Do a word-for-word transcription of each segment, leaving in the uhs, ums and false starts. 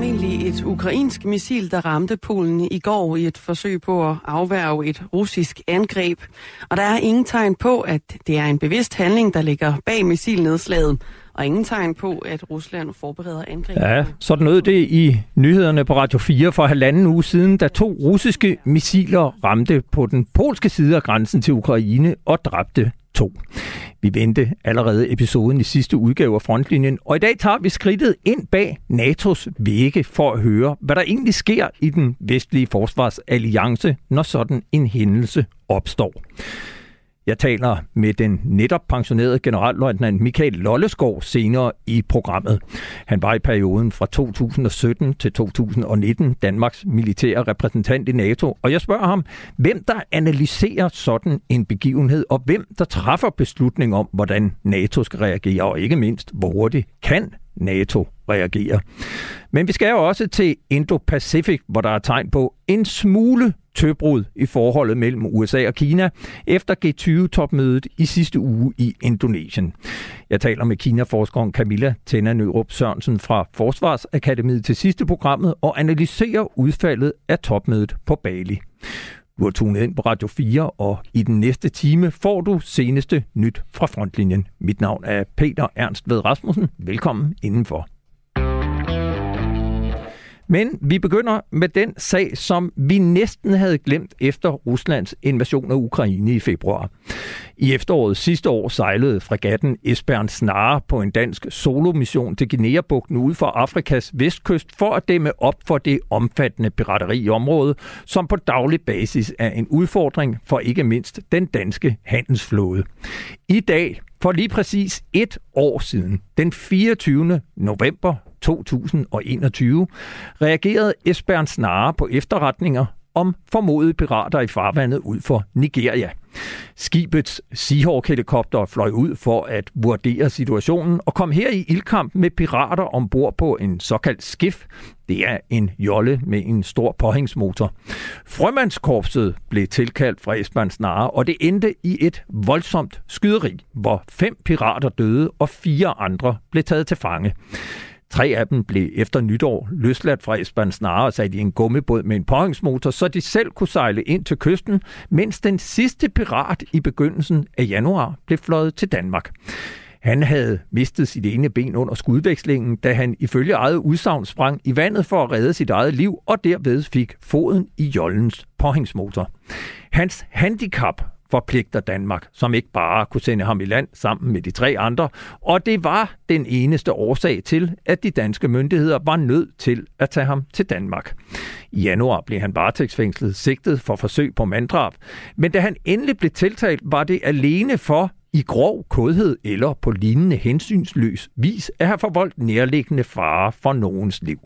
formentlig et ukrainsk missil, der ramte Polen i går i et forsøg på at afværge et russisk angreb. Og der er ingen tegn på, at det er en bevidst handling, der ligger bag missilnedslaget. Og ingen tegn på, at Rusland forbereder angreb. Ja, sådan noget det i nyhederne på Radio fire for halvanden uge siden, da to russiske missiler ramte på den polske side af grænsen til Ukraine og dræbte to. Vi vendte allerede episoden i sidste udgave af Frontlinjen, og i dag tager vi skridtet ind bag NATO's vægge for at høre, hvad der egentlig sker i den vestlige forsvarsalliance, når sådan en hændelse opstår. Jeg taler med den netop pensionerede generalløjtnant Michael Lollesgaard senere i programmet. Han var i perioden fra to tusind og sytten til to tusind og nitten Danmarks militære repræsentant i NATO, og jeg spørger ham, hvem der analyserer sådan en begivenhed, og hvem der træffer beslutning om, hvordan NATO skal reagere, og ikke mindst, hvor hurtigt kan NATO reagere. Men vi skal jo også til Indo-Pacific, hvor der er tegn på en smule tøbrud i forholdet mellem U S A og Kina efter G tyve-topmødet i sidste uge i Indonesien. Jeg taler med Kina-forskeren Camilla Tenna Nørup Sørensen fra Forsvarsakademiet til sidste programmet og analyserer udfaldet af topmødet på Bali. Du har tunet ind på Radio fire, og i den næste time får du seneste nyt fra Frontlinjen. Mit navn er Peter Ernst Ved Rasmussen. Velkommen indenfor. Men vi begynder med den sag, som vi næsten havde glemt efter Ruslands invasion af Ukraine i februar. I efteråret sidste år sejlede fregatten Esbern Snare på en dansk solomission til Guinea-bugten ude for Afrikas vestkyst for at dæmme op for det omfattende pirateri i området, som på daglig basis er en udfordring for ikke mindst den danske handelsflåde. I dag, for lige præcis et år siden, den fireogtyvende november to tusind og enogtyve, reagerede Esbern Snare på efterretninger om formodede pirater i farvandet ud for Nigeria. Skibets Seahawk-helikopter fløj ud for at vurdere situationen og kom her i ildkamp med pirater ombord på en såkaldt skiff. Det er en jolle med en stor påhængsmotor. Frømandskorpset blev tilkaldt fra Esbern Snare, og det endte i et voldsomt skyderi, hvor fem pirater døde og fire andre blev taget til fange. Tre af dem blev efter nytår løsladt fra Esbern Snare og sat i en gummibåd med en påhængsmotor, så de selv kunne sejle ind til kysten, mens den sidste pirat i begyndelsen af januar blev fløjet til Danmark. Han havde mistet sit ene ben under skudvekslingen, da han ifølge eget udsagn sprang i vandet for at redde sit eget liv, og derved fik foden i jollens påhængsmotor. Hans handicap forpligter Danmark, som ikke bare kunne sende ham i land sammen med de tre andre, og det var den eneste årsag til, at de danske myndigheder var nødt til at tage ham til Danmark. I januar blev han varetægtsfængslet, sigtet for forsøg på manddrab, men da han endelig blev tiltalt, var det alene for i grov kodhed eller på lignende hensynsløs vis at have forvoldt nærliggende fare for nogens liv.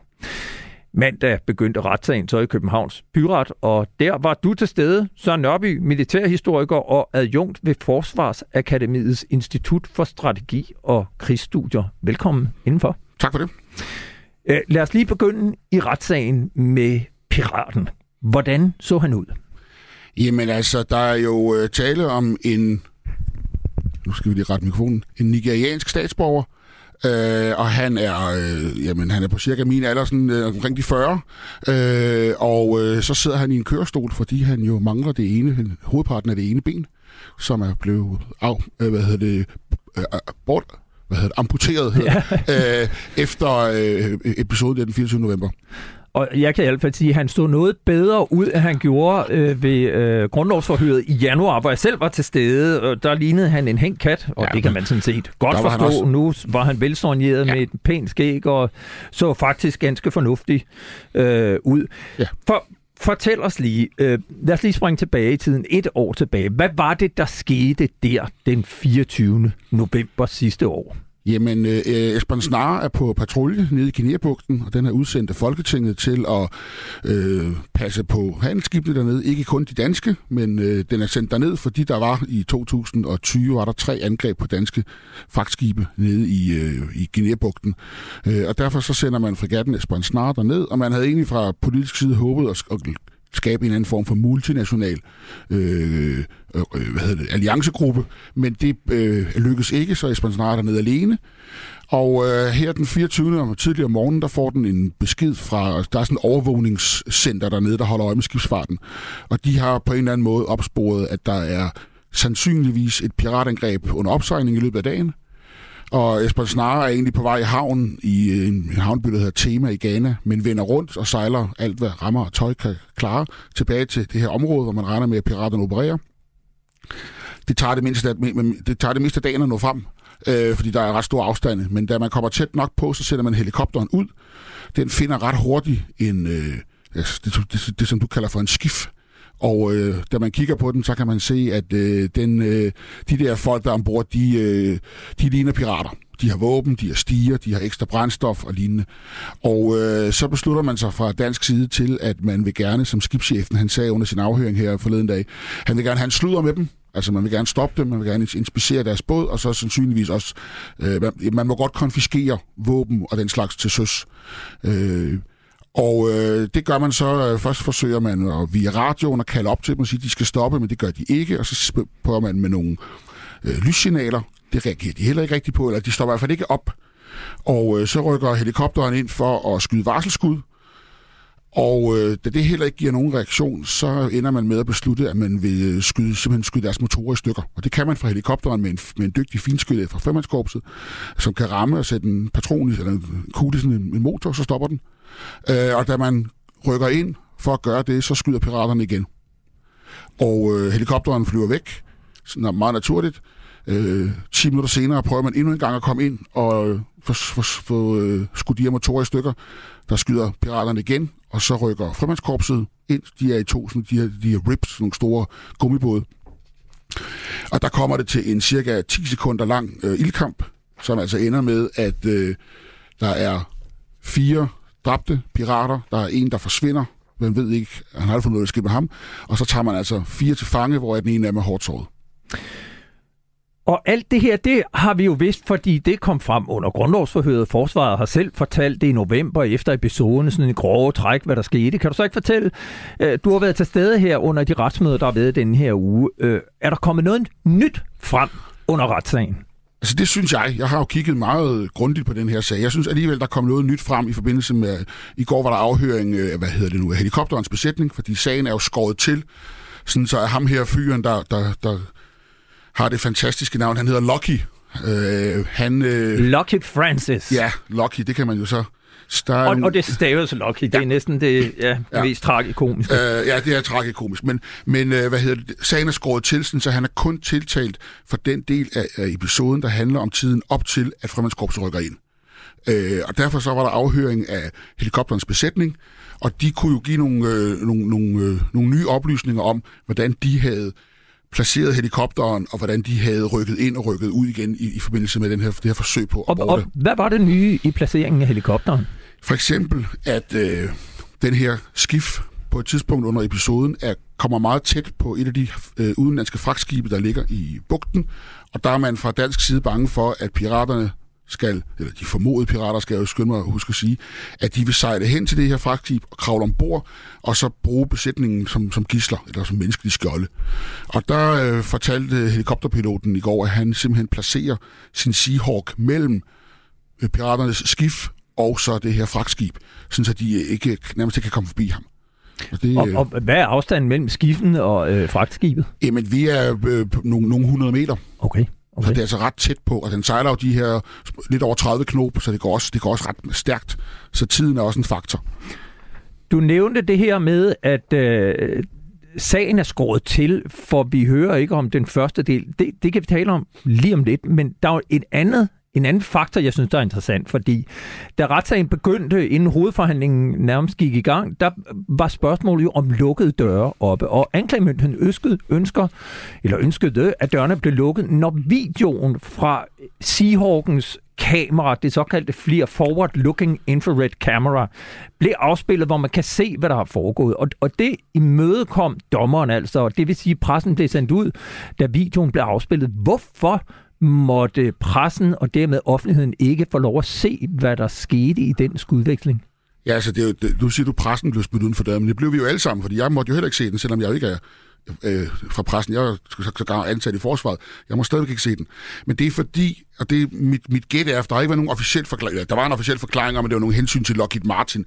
Mandag begyndte retssagen så i Københavns byret, og der var du til stede, Søren Nørby, militærhistoriker og adjunkt ved Forsvarsakademiets Institut for Strategi og Krigsstudier. Velkommen indenfor. Tak for det. Lad os lige begynde i retssagen med piraten. Hvordan så han ud? Jamen altså, der er jo tale om en, nu skal vi lige rette mikrofonen, en nigeriansk statsborger, Øh, og han er, øh, jamen, han er på cirka min alder, sådan, øh, omkring de fyrre, øh, og øh, så sidder han i en kørestol, fordi han jo mangler det ene, hovedparten af det ene ben, som er blevet af, øh, hvad hedder det, øh, bort, hvad hedder det, amputeret hedder, ja. øh, efter øh, episoden den fireogtyvende november. Og jeg kan i hvert fald sige, at han stod noget bedre ud, end han gjorde øh, ved øh, grundlovsforhøret i januar, hvor jeg selv var til stede. Og der lignede han en hængt kat, og ja, det kan man sådan set godt forstå. Også... Nu var han velsorneret ja. med et pænt skæg, og så faktisk ganske fornuftig øh, ud. Ja. For, fortæl os lige, øh, lad os lige springe tilbage i tiden, et år tilbage. Hvad var det, der skete der den fireogtyvende november sidste år? Jamen, øh, Esbern Snare er på patrulje nede i Guinea-bugten, og den er udsendt af Folketinget til at øh, passe på handelsskibene dernede. Ikke kun de danske, men øh, den er sendt derned, fordi der var i to tusind og tyve var der tre angreb på danske fragtskibe nede i, øh, i Guinea-bugten. Øh, og derfor så sender man fregatten Esbern Snare derned, og man havde egentlig fra politisk side håbet at, at skabe en anden form for multinational øh, øh, hvad hedder det, alliancegruppe, men det øh, lykkedes ikke, så Esbern Snare er dernede alene. Og øh, her den fireogtyvende om tidligere om morgenen, der får den en besked fra, der er sådan et overvågningscenter dernede, der holder øje med skibsfarten. Og de har på en eller anden måde opsporet, at der er sandsynligvis et piratangreb under opsejling i løbet af dagen. Og Esbern Snare er egentlig på vej i havnen i en havneby, der hedder Tema i Ghana, men vender rundt og sejler alt, hvad rammer og tøj kan klare, tilbage til det her område, hvor man regner med, at piraterne opererer. Det tager det mindste, det tager det meste af dagen at nå frem, øh, fordi der er ret store afstande. Men da man kommer tæt nok på, så sætter man helikopteren ud. Den finder ret hurtigt en, øh, det, det, det, det, som du kalder for en skif. Og øh, da man kigger på den, så kan man se, at øh, den, øh, de der folk, der er ombord, de, øh, de ligner pirater. De har våben, de har stiger, de har ekstra brændstof og lignende. Og øh, så beslutter man sig fra dansk side til, at man vil gerne, som skibschefen han sagde under sin afhøring her forleden dag, han vil gerne have en sludder med dem. Altså man vil gerne stoppe dem, man vil gerne inspicere deres båd, og så sandsynligvis også, øh, man, man må godt konfiskere våben og den slags til søs. Øh, Og øh, det gør man så, øh, først forsøger man at, via radioen at kalde op til dem og sige, at de skal stoppe, men det gør de ikke, og så prøver man med nogle øh, lyssignaler. Det reagerer de heller ikke rigtigt på, eller de står i hvert fald ikke op. Og øh, så rykker helikopteren ind for at skyde varselsskud, og øh, da det heller ikke giver nogen reaktion, så ender man med at beslutte, at man vil skyde, simpelthen skyde deres motorer i stykker. Og det kan man fra helikopteren med en, med en dygtig finskytte fra femmandskorpset, som kan ramme og sætte en patron eller en kugle i sådan en, en motor, så stopper den. Øh, og da man rykker ind for at gøre det, så skyder piraterne igen. Og øh, helikopteren flyver væk, sådan meget naturligt. Øh, ti minutter senere prøver man endnu en gang at komme ind og få for, for, øh, skudt de her motorer i stykker. Der skyder piraterne igen, og så rykker frømandskorpset ind. De er i to, sådan, de her, de her rips, nogle store gummibåde. Og der kommer det til en cirka ti sekunder lang øh, ildkamp, som altså ender med, at øh, der er fire dræbte pirater. Der er en, der forsvinder. Man ved ikke, han har aldrig fundet noget at ske med ham. Og så tager man altså fire til fange, hvor den ene af dem er hårdt såret. Og alt det her, det har vi jo vidst, fordi det kom frem under grundlovsforhøret. Forsvaret har selv fortalt det i november efter episoden, sådan en grove træk, hvad der skete. Kan du så ikke fortælle, du har været til stede her under de retsmøder, der har været den her uge. Er der kommet noget nyt frem under retssagen? Altså det synes jeg. Jeg har jo kigget meget grundigt på den her sag. Jeg synes alligevel, der kom noget nyt frem i forbindelse med, i går var der afhøring af, hvad hedder det nu, af helikopterens besætning, fordi sagen er jo skåret til, sådan så er ham her fyren, der, der, der har det fantastiske navn, han hedder Lucky. Øh, han, øh, Lucky Francis. Ja, Lucky, det kan man jo så. Og, og det staves Lucky, det ja. er næsten det ja, ja. mest tragikomiske. Øh, ja, det er tragikomisk, men, men øh, hvad hedder det, sagen er skåret til, så han er kun tiltalt for den del af, af episoden, der handler om tiden op til, at frømandskorpset rykker ind. Øh, og derfor så var der afhøring af helikopterens besætning, og de kunne jo give nogle, øh, nogle, nogle, øh, nogle nye oplysninger om, hvordan de havde placeret helikopteren, og hvordan de havde rykket ind og rykket ud igen i, i forbindelse med den her, det her forsøg på at og, og hvad var det nye i placeringen af helikopteren? For eksempel, at øh, den her skif på et tidspunkt under episoden er, kommer meget tæt på et af de øh, udenlandske fragtskibe, der ligger i bugten, og der er man fra dansk side bange for, at piraterne skal, eller de formodede pirater skal jeg jo skynde mig at huske at sige, at de vil sejle hen til det her fragtskib og kravle ombord, og så bruge besætningen som, som gidsler, eller som menneskelige skjolde. Og der øh, fortalte helikopterpiloten i går, at han simpelthen placerer sin Seahawk mellem øh, piraternes skif og så det her fragtskib, sådan at de ikke, nærmest ikke kan komme forbi ham. Og, det, og, og hvad er afstanden mellem skiffen og øh, fragtskibet? Jamen, vi er øh, nogle, nogle hundrede meter. Okay. Okay. Så det er altså ret tæt på, og den sejler jo de her lidt over tredive knop, så det går også, det går også ret stærkt. Så tiden er også en faktor. Du nævnte det her med, at øh, sagen er skåret til, for vi hører ikke om den første del. Det, det kan vi tale om lige om lidt, men der er jo et andet En anden faktor, jeg synes, der er interessant, fordi da retssagen begyndte, inden hovedforhandlingen nærmest gik i gang, der var spørgsmålet jo om lukkede døre oppe, og anklagemyndigheden ønskede, ønsker, eller ønskede, at dørene blev lukket, når videoen fra Seahawkens kamera, det såkaldte FLIR, Forward Looking Infrared Camera, blev afspillet, hvor man kan se, hvad der har foregået. Og, og det imødekom dommeren altså, og det vil sige, at pressen blev sendt ud, da videoen blev afspillet. Hvorfor måtte pressen og dermed offentligheden ikke få lov at se, hvad der skete i den skudveksling? Ja, altså, det er jo, det, du siger, du pressen blev spillet uden for døren, men det blev vi jo alle sammen, fordi jeg måtte jo heller ikke se den, selvom jeg jo ikke er, øh, fra pressen. Jeg er sågar ansat i forsvaret. Jeg må stadigvæk ikke se den. Men det er fordi, og det er mit, mit gæt er, der har ikke været nogen officiel forklaring. Der var en officiel forklaring om, at det var nogen hensyn til Lockheed Martin.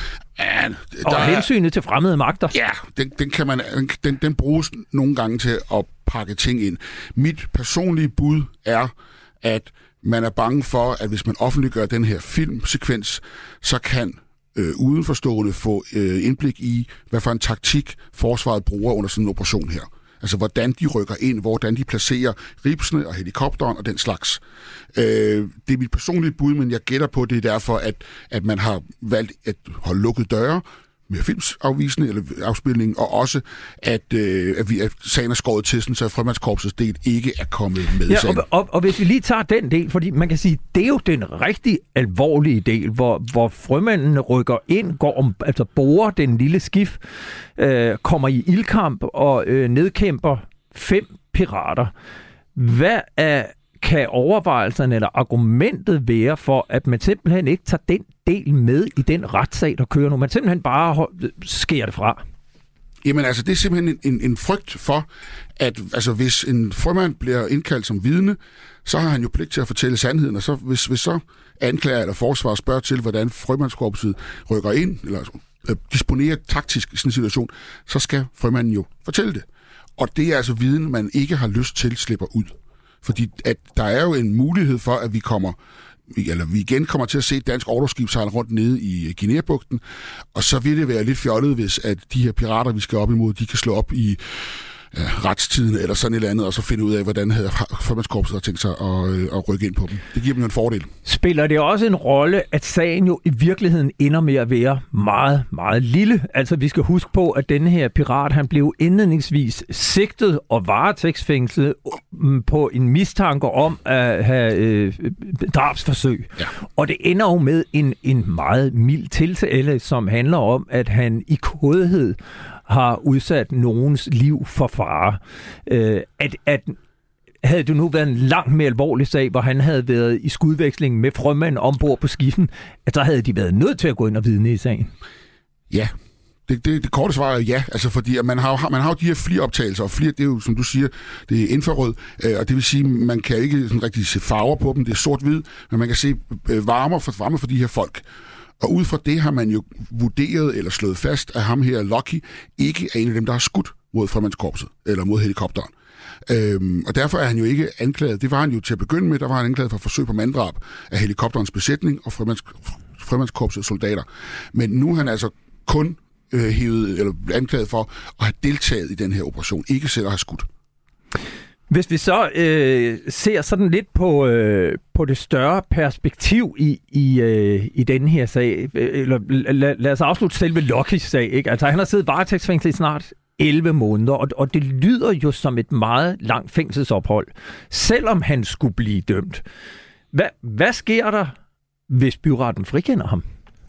And, og der hensynet er, til fremmede magter. Ja, den, den, kan man, den, den bruges nogle gange til at pakke ting ind. Mit personlige bud er, at man er bange for, at hvis man offentliggør den her filmsekvens, så kan øh, udenforstående få øh, indblik i, hvad for en taktik forsvaret bruger under sådan en operation her. Altså, hvordan de rykker ind, hvordan de placerer ribsene og helikopteren og den slags. Øh, det er mit personlige bud, men jeg gætter på, det er derfor, at, at man har valgt at holde lukket døre med filmsafvisning eller afspilning, og også, at, øh, at, vi, at sagen er skåret til, sådan, så frømandskorpsets del ikke er kommet med ja, i sagen. Og, og, og hvis vi lige tager den del, fordi man kan sige, det er jo den rigtig alvorlige del, hvor, hvor frømanden rykker ind, går om, altså borer den lille skif, øh, kommer i ildkamp og øh, nedkæmper fem pirater. Hvad er kan overvejelserne eller argumentet være for, at man simpelthen ikke tager den del med i den retssag, der kører nu? Man simpelthen bare skærer det fra. Jamen altså, det er simpelthen en, en, en frygt for, at altså, hvis en frømand bliver indkaldt som vidne, så har han jo pligt til at fortælle sandheden, og så, hvis, hvis så anklager eller forsvar spørger til, hvordan frømandskorpset rykker ind, eller øh, disponerer taktisk i sådan en situation, så skal frømanden jo fortælle det. Og det er altså viden, man ikke har lyst til, slipper ud. Fordi at der er jo en mulighed for, at vi kommer, eller vi igen kommer til at se dansk orlogsskib sejle rundt nede i Guinea-bugten, og så vil det være lidt fjollet, hvis at de her pirater, vi skal op imod, de kan slå op i ja, retstiden eller sådan et eller andet, og så finde ud af, hvordan frømandskorpset har tænkt sig at, øh, at rykke ind på dem. Det giver dem jo en fordel. Spiller det også en rolle, at sagen jo i virkeligheden ender med at være meget, meget lille? Altså, vi skal huske på, at denne her pirat, han blev indledningsvis sigtet og varetægtsfængslet på en mistanke om at have øh, drabsforsøg. Ja. Og det ender jo med en, en meget mild tiltale, som handler om, at han i kådhed har udsat nogens liv for fare. Øh, at, at havde det nu været en langt mere alvorlig sag, hvor han havde været i skudveksling med frømanden ombord på skiffen, at så havde de været nødt til at gå ind og vidne i sagen. Ja, det, det, det korte svar er ja, altså fordi man har, man har jo de her flioptagelser, og flir, det er jo, som du siger, det er infrarød, øh, og det vil sige, man kan ikke sådan rigtig se farver på dem, det er sort-hvid, men man kan se øh, varmer for, varme for de her folk. Og ud fra det har man jo vurderet eller slået fast, at ham her, Lucky, ikke er en af dem, der har skudt mod frømandskorpset eller mod helikopteren. Øhm, og derfor er han jo ikke anklaget. Det var han jo til at begynde med. Der var han anklaget for forsøg på manddrab af helikopterens besætning og frømands, frømandskorpsets soldater. Men nu er han altså kun øh, hævet, eller anklaget for at have deltaget i den her operation, ikke selv at have skudt. Hvis vi så øh, ser sådan lidt på, øh, på det større perspektiv i, i, øh, i denne her sag, eller lad, lad os afslutte selve Luckys sag, ikke? Altså han har siddet varetægtsfængslet i snart elleve måneder, og, og det lyder jo som et meget langt fængselsophold, selvom han skulle blive dømt. Hvad, hvad sker der, hvis byretten frikender ham?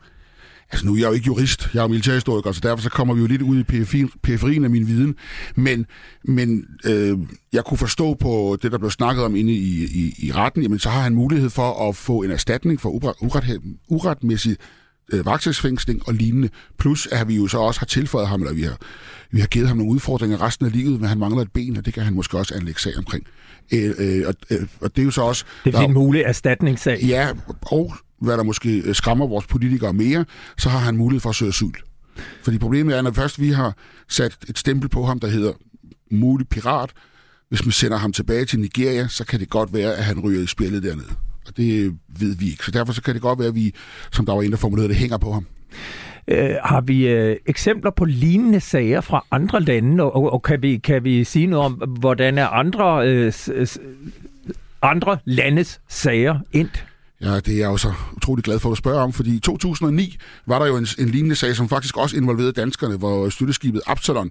Altså nu er jeg jo ikke jurist, jeg er jo militærhistoriker, så derfor så kommer vi jo lidt ud i periferien af min viden. Men, men øh, jeg kunne forstå på det, der blev snakket om inde i, i, i retten, jamen så har han mulighed for at få en erstatning for uret, uretmæssig øh, varetægtsfængsling og lignende. Plus at vi jo så også har tilføjet ham, eller vi har, vi har givet ham nogle udfordringer resten af livet, men han mangler et ben, og det kan han måske også anlægge sag omkring. Øh, øh, og, øh, og det er jo så også... Det er en mulig erstatningssag. Ja, og hvad der måske skræmmer vores politikere mere, så har han mulighed for at søge asyl. Fordi problemet er, når først vi har sat et stempel på ham, der hedder mulig pirat, hvis man sender ham tilbage til Nigeria, så kan det godt være, at han ryger i spjældet dernede. Og det ved vi ikke. Så derfor så kan det godt være, at vi, som der var en, der formulerede det, hænger på ham. Øh, har vi øh, eksempler på lignende sager fra andre lande, og, og kan, vi, kan vi sige noget om, hvordan er andre, øh, s, andre landes sager endt? Ja, det er jeg også utrolig glad for at spørge om, fordi i to tusind og ni var der jo en, en lignende sag, som faktisk også involverede danskerne, hvor støtteskibet Absalon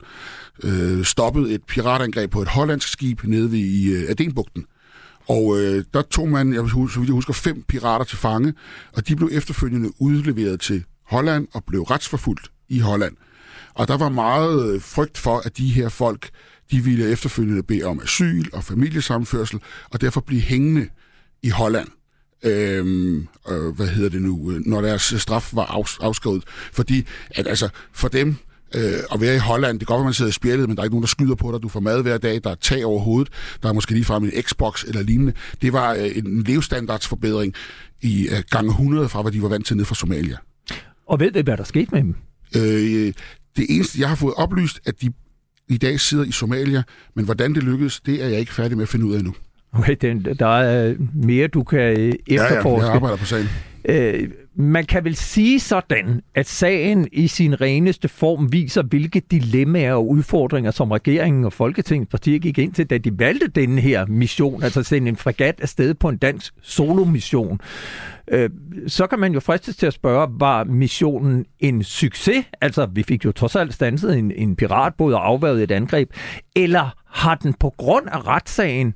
øh, stoppede et piratangreb på et hollandsk skib nede ved i øh, Adenbugten. Og øh, der tog man, jeg husker, jeg husker, fem pirater til fange, og de blev efterfølgende udleveret til Holland og blev retsforfulgt i Holland. Og der var meget øh, frygt for, at de her folk, de ville efterfølgende bede om asyl og familiesammenførsel, og derfor blive hængende i Holland. Øhm, øh, hvad hedder det nu, når deres straf var afs- afskrevet. Fordi at altså for dem øh, at være i Holland. Det går, at man sidder i spjældet, men der er ikke nogen, der skyder på dig. Du får mad hver dag, der er tag over hovedet, der er måske ligefrem en Xbox eller lignende. Det var øh, en levestandardsforbedring i øh, gange hundrede fra, hvad de var vant til nede fra Somalia. Og ved du, hvad der skete med dem? Øh, det eneste, jeg har fået oplyst, at de i dag sidder i Somalia, men hvordan det lykkedes, det er jeg ikke færdig med at finde ud af nu. Okay, der er mere, du kan efterforske. Ja, ja, jeg arbejder på sagen. Øh, man kan vel sige sådan, at sagen i sin reneste form viser, hvilke dilemmaer og udfordringer, som regeringen og Folketingets partier gik ind til, da de valgte denne her mission, altså sende en fregat afsted på en dansk solomission. Øh, så kan man jo fristes til at spørge, var missionen en succes? Altså, vi fik jo trods alt standset en, en piratbåd og afværget et angreb. Eller har den på grund af retssagen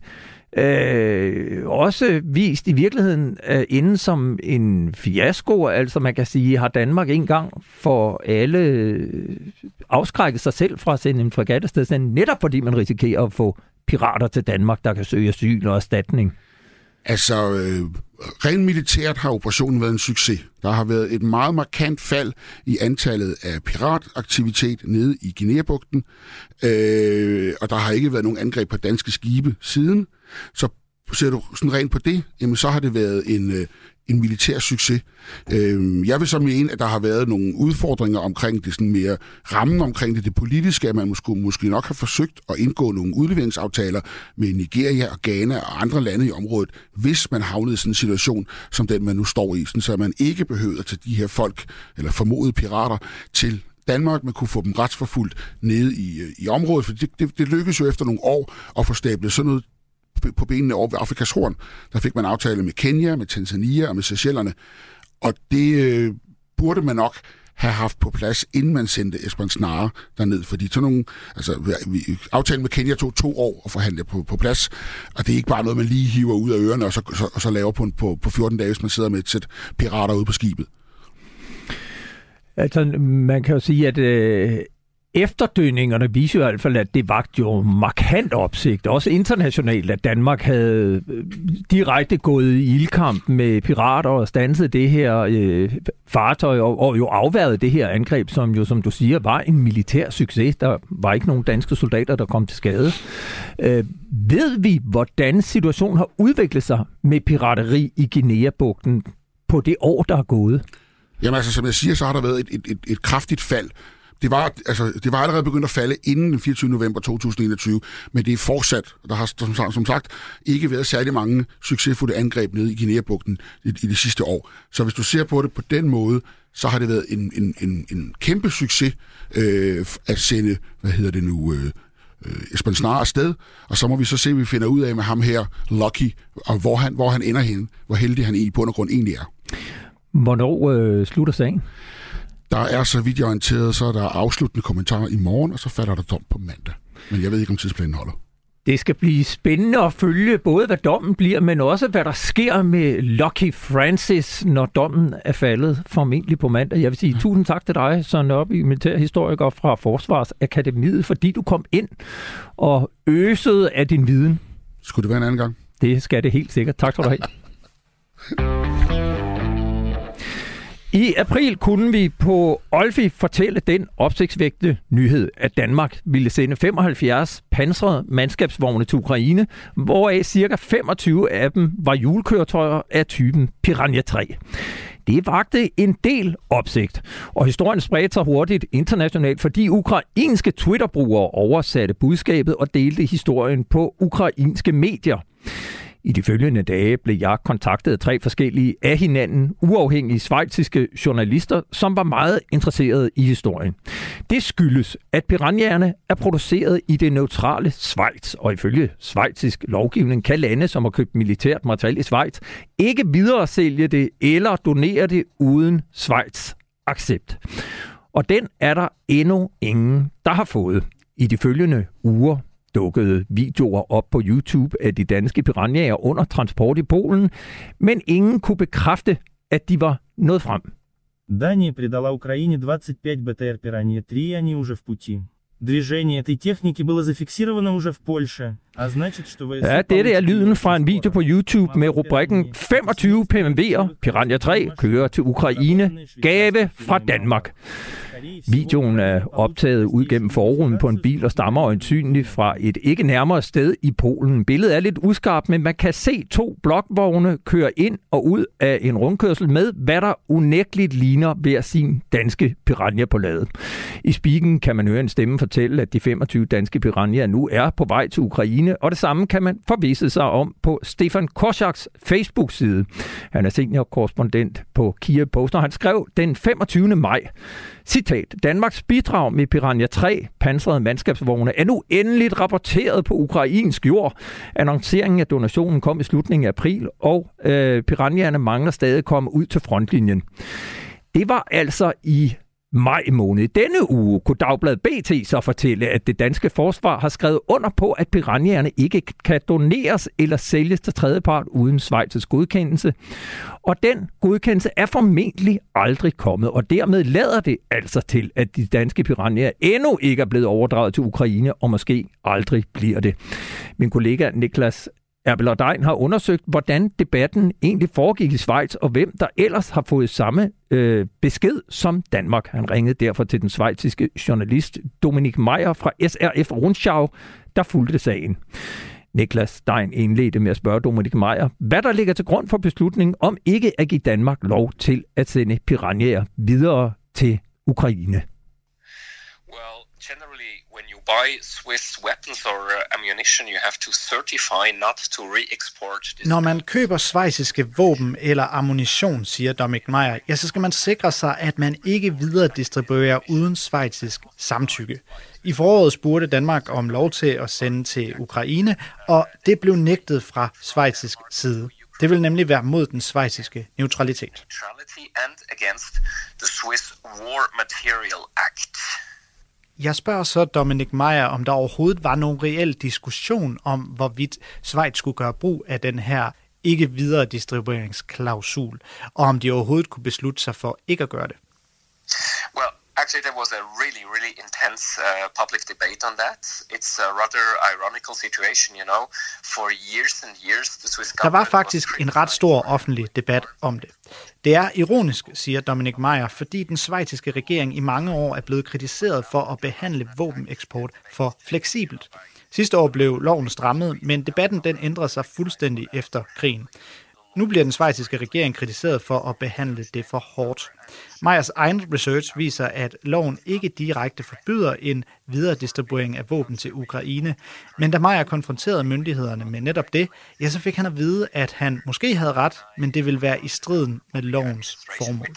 Øh, også vist i virkeligheden øh, inden som en fiasko, altså man kan sige, har Danmark engang for alle øh, afskrækket sig selv fra at sende en fregat afsted, netop fordi man risikerer at få pirater til Danmark, der kan søge asyl og erstatning? Altså, øh, rent militært har operationen været en succes. Der har været et meget markant fald i antallet af pirataktivitet nede i Guinea-bugten, øh, og der har ikke været nogen angreb på danske skibe siden. Så ser du sådan rent på det, jamen så har det været en, en militær succes. Øh, jeg vil så mene, at der har været nogle udfordringer omkring det, sådan mere rammen omkring det, det politiske, at man måske, måske nok har forsøgt at indgå nogle udleveringsaftaler med Nigeria og Ghana og andre lande i området, hvis man havnede i sådan en situation, som den man nu står i, sådan, så man ikke behøvede at tage de her folk, eller formodede pirater, til Danmark, man kunne få dem retsforfulgt nede i, i området, for det, det, det lykkedes jo efter nogle år at få stablet sådan noget på benene over ved Afrikas Horn. Der fik man aftale med Kenya, med Tanzania og med Seychellerne. Og det øh, burde man nok have haft på plads, inden man sendte Esbern Snare derned. Fordi sådan nogle, altså, aftalen med Kenya tog to år at forhandle på, på plads. Og det er ikke bare noget, man lige hiver ud af ørerne og så, så, og så laver på, på, på fjorten dage, hvis man sidder med et sæt pirater ude på skibet. Altså, man kan jo sige, at øh, efterdønningerne viser jo i hvert fald, at det vagt jo markant opsigt, også internationalt, at Danmark havde direkte gået i ildkamp med pirater og standset det her øh, fartøj, og, og jo afværget det her angreb, som jo, som du siger, var en militær succes. Der var ikke nogen danske soldater, der kom til skade. Øh, ved vi, hvordan situationen har udviklet sig med pirateri i Guinea-bugten på det år, der er gået? Jamen altså, som jeg siger, så har der været et, et, et, et kraftigt fald. Det var, altså, det var allerede begyndt at falde inden den fireogtyvende november to tusind og enogtyve, men det er fortsat. Der har som, som sagt ikke været særlig mange succesfulde angreb nede i Guinea-bugten i, i de sidste år. Så hvis du ser på det på den måde, så har det været en, en, en, en kæmpe succes øh, at sende, hvad hedder det nu, øh, øh, Esbern Snare afsted, og så må vi så se, hvad vi finder ud af med ham her, Lucky, og hvor han, hvor han ender hen, hvor heldig han i bund og grund egentlig er. Hvornår øh, slutter sagen? Der er, så vidt jeg er orienteret, så er der afsluttende kommentarer i morgen, og så falder der dom på mandag. Men jeg ved ikke, om tidsplanen holder. Det skal blive spændende at følge både, hvad dommen bliver, men også, hvad der sker med Lucky Francis, når dommen er faldet formentlig på mandag. Jeg vil sige tusind tak til dig, Søren Nørby, militærhistoriker fra Forsvarsakademiet, fordi du kom ind og øsede af din viden. Skulle det være en anden gang? Det skal det helt sikkert. Tak skal du have. I april kunne vi på Olfi fortælle den opsigtsvækkende nyhed, at Danmark ville sende femoghalvfjerds pansrede mandskabsvogne til Ukraine, hvoraf cirka femogtyve af dem var hjulkøretøjer af typen Piranha tre. Det vagte en del opsigt, og historien spredte sig hurtigt internationalt, fordi ukrainske Twitter-brugere oversatte budskabet og delte historien på ukrainske medier. I de følgende dage blev jeg kontaktet af tre forskellige af hinanden uafhængige schweiziske journalister, som var meget interesserede i historien. Det skyldes, at piranhaerne er produceret i det neutrale Schweiz, og ifølge schweizisk lovgivning kan lande, som har købt militært materiel i Schweiz, ikke videre sælge det eller donere det uden Schweiz accept. Og den er der endnu ingen, der har fået. I de følgende uger dukkede videoer op på YouTube af de danske piranhaer under transport i Polen, men ingen kunne bekræfte, at de var nået frem. Дания передала Украине двадцать пять БТР Piranha три, и они уже в пути. Движение этой техники было зафиксировано уже в Польше, а значит, что вы... Ja, dette er lyden fra en video på YouTube med rubrikken femogtyve P M V'er Piranha tre kører til Ukraine, gave fra Danmark. Videoen er optaget ud gennem forruden på en bil og stammer øjensynligt fra et ikke nærmere sted i Polen. Billedet er lidt uskarpt, men man kan se to blokvogne køre ind og ud af en rundkørsel med, hvad der unægteligt ligner hver sin danske Piranha på ladet. I spiken kan man høre en stemme fortælle, at de femogtyve danske Piranhaer nu er på vej til Ukraine, og det samme kan man forvisse sig om på Stefan Korczaks Facebook-side. Han er seniorkorrespondent på Kiev Post, og han skrev den femogtyvende maj, citat, Danmarks bidrag med Piranha tre pansrede mandskabsvogne er nu endeligt rapporteret på ukrainsk jord. Annonceringen af donationen kom i slutningen af april, og øh, Piranhaerne mangler stadig komme ud til frontlinjen. Det var altså i maj måned. Denne uge kunne Dagbladet B T så fortælle, at det danske forsvar har skrevet under på, at piranhaerne ikke kan doneres eller sælges til tredjepart uden Schweiz' godkendelse. Og den godkendelse er formentlig aldrig kommet, og dermed lader det altså til, at de danske piranhaer endnu ikke er blevet overdraget til Ukraine, og måske aldrig bliver det. Min kollega Niklas Erbeler-Dein har undersøgt, hvordan debatten egentlig foregik i Schweiz, og hvem der ellers har fået samme øh, besked som Danmark. Han ringede derfor til den schweiziske journalist Dominik Meyer fra S R F Rundschau, der fulgte sagen. Niklas Dein indledte med at spørge Dominik Meyer, hvad der ligger til grund for beslutningen om ikke at give Danmark lov til at sende piranhaer videre til Ukraine. Well, generally, when you buy Swiss weapons or uh, ammunition, you have to certify not to re-export. Når man køber schweiziske våben eller ammunition, siger Dominik Meyer, ja, så skal man sikre sig, at man ikke videre distribuerer uden schweizisk samtykke. I foråret spurgte Danmark om lov til at sende til Ukraine, og det blev nægtet fra schweizisk side. Det vil nemlig være mod den schweiziske neutralitet. And against the Swiss War Material Act. Jeg spørger så Dominik Meyer, om der overhovedet var nogen reel diskussion om, hvorvidt Schweiz skulle gøre brug af den her ikke videre distribueringsklausul, og om de overhovedet kunne beslutte sig for ikke at gøre det. Well, actually there was a really, really intense uh, public debate on that. It's a rather ironical situation, you know. For years and years, the Swiss government. Der var faktisk en ret stor offentlig debat om det. Det er ironisk, siger Dominik Meyer, fordi den schweiziske regering i mange år er blevet kritiseret for at behandle våbeneksport for fleksibelt. Sidste år blev loven strammet, men debatten den ændrede sig fuldstændig efter krigen. Nu bliver den schweiziske regering kritiseret for at behandle det for hårdt. Meyers egen research viser, at loven ikke direkte forbyder en videre distribuering af våben til Ukraine, men da Meyer konfronterede myndighederne med netop det, ja, så fik han at vide, at han måske havde ret, men det ville være i striden med lovens formål.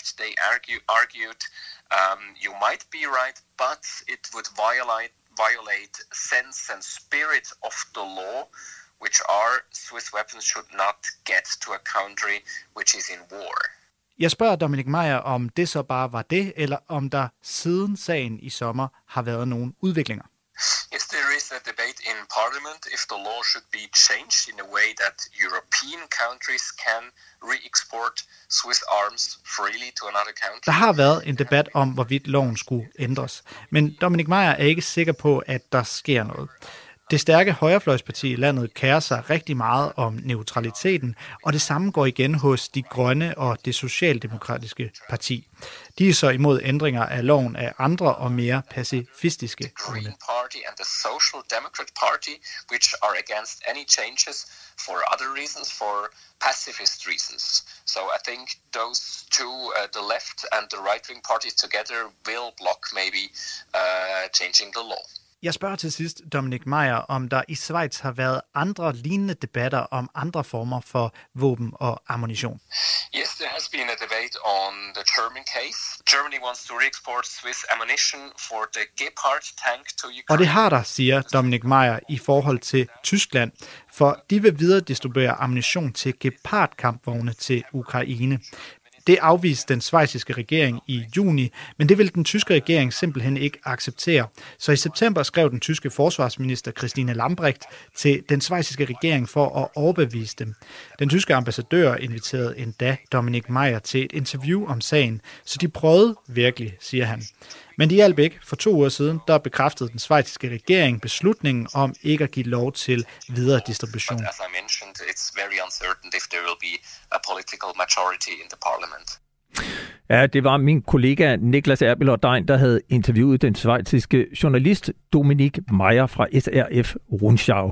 violate sense and spirit of the law, which are Swiss weapons should not get to a country which is in war. Jeg spørger Dominik Meyer, om det så bare var det, eller om der siden sagen i sommer har været nogle udviklinger. Yes, there is a debate in Parliament if the law should be changed in a way that European countries can re-export Swiss arms freely to another country. Der har været en debat om, hvorvidt loven skulle ændres, men Dominik Meyer er ikke sikker på, at der sker noget. Det stærke højrefløjsparti i landet kærer sig rigtig meget om neutraliteten, og det samme går igen hos de grønne og det socialdemokratiske parti. De er så imod ændringer af loven af andre og mere pacifistiske grunde. Green Party and the Social Democrat Party, which are against any changes for other reasons, for pacifist reasons. So I think those two, uh, the left and the right-wing parties together, will block maybe uh, changing the law. Jeg spørger til sidst Dominik Meyer, om der i Schweiz har været andre lignende debatter om andre former for våben og ammunition. Yes, there has been a debate on the German case. Germany wants to re-export Swiss ammunition for the Gepard tank to Ukraine. Og det har der, siger Dominik Meyer, i forhold til Tyskland, for de vil videre distribuere ammunition til Gepard-kampvogne til Ukraine. Det afviste den schweiziske regering i juni, men det vil den tyske regering simpelthen ikke acceptere. Så i september skrev den tyske forsvarsminister Christine Lambrecht til den schweiziske regering for at overbevise dem. Den tyske ambassadør inviterede endda Dominik Meyer til et interview om sagen, så de prøvede virkelig, siger han. Men det hjalp ikke. For to uger siden, der bekræftede den schweiziske regering beslutningen om ikke at give lov til videre distribution. But as I mentioned, it's very uncertain if there will be a political majority in the parliament. Ja, det var min kollega Niklas Erbillor-Dein, der havde interviewet den schweiziske journalist Dominik Meyer fra S R F Rundschau.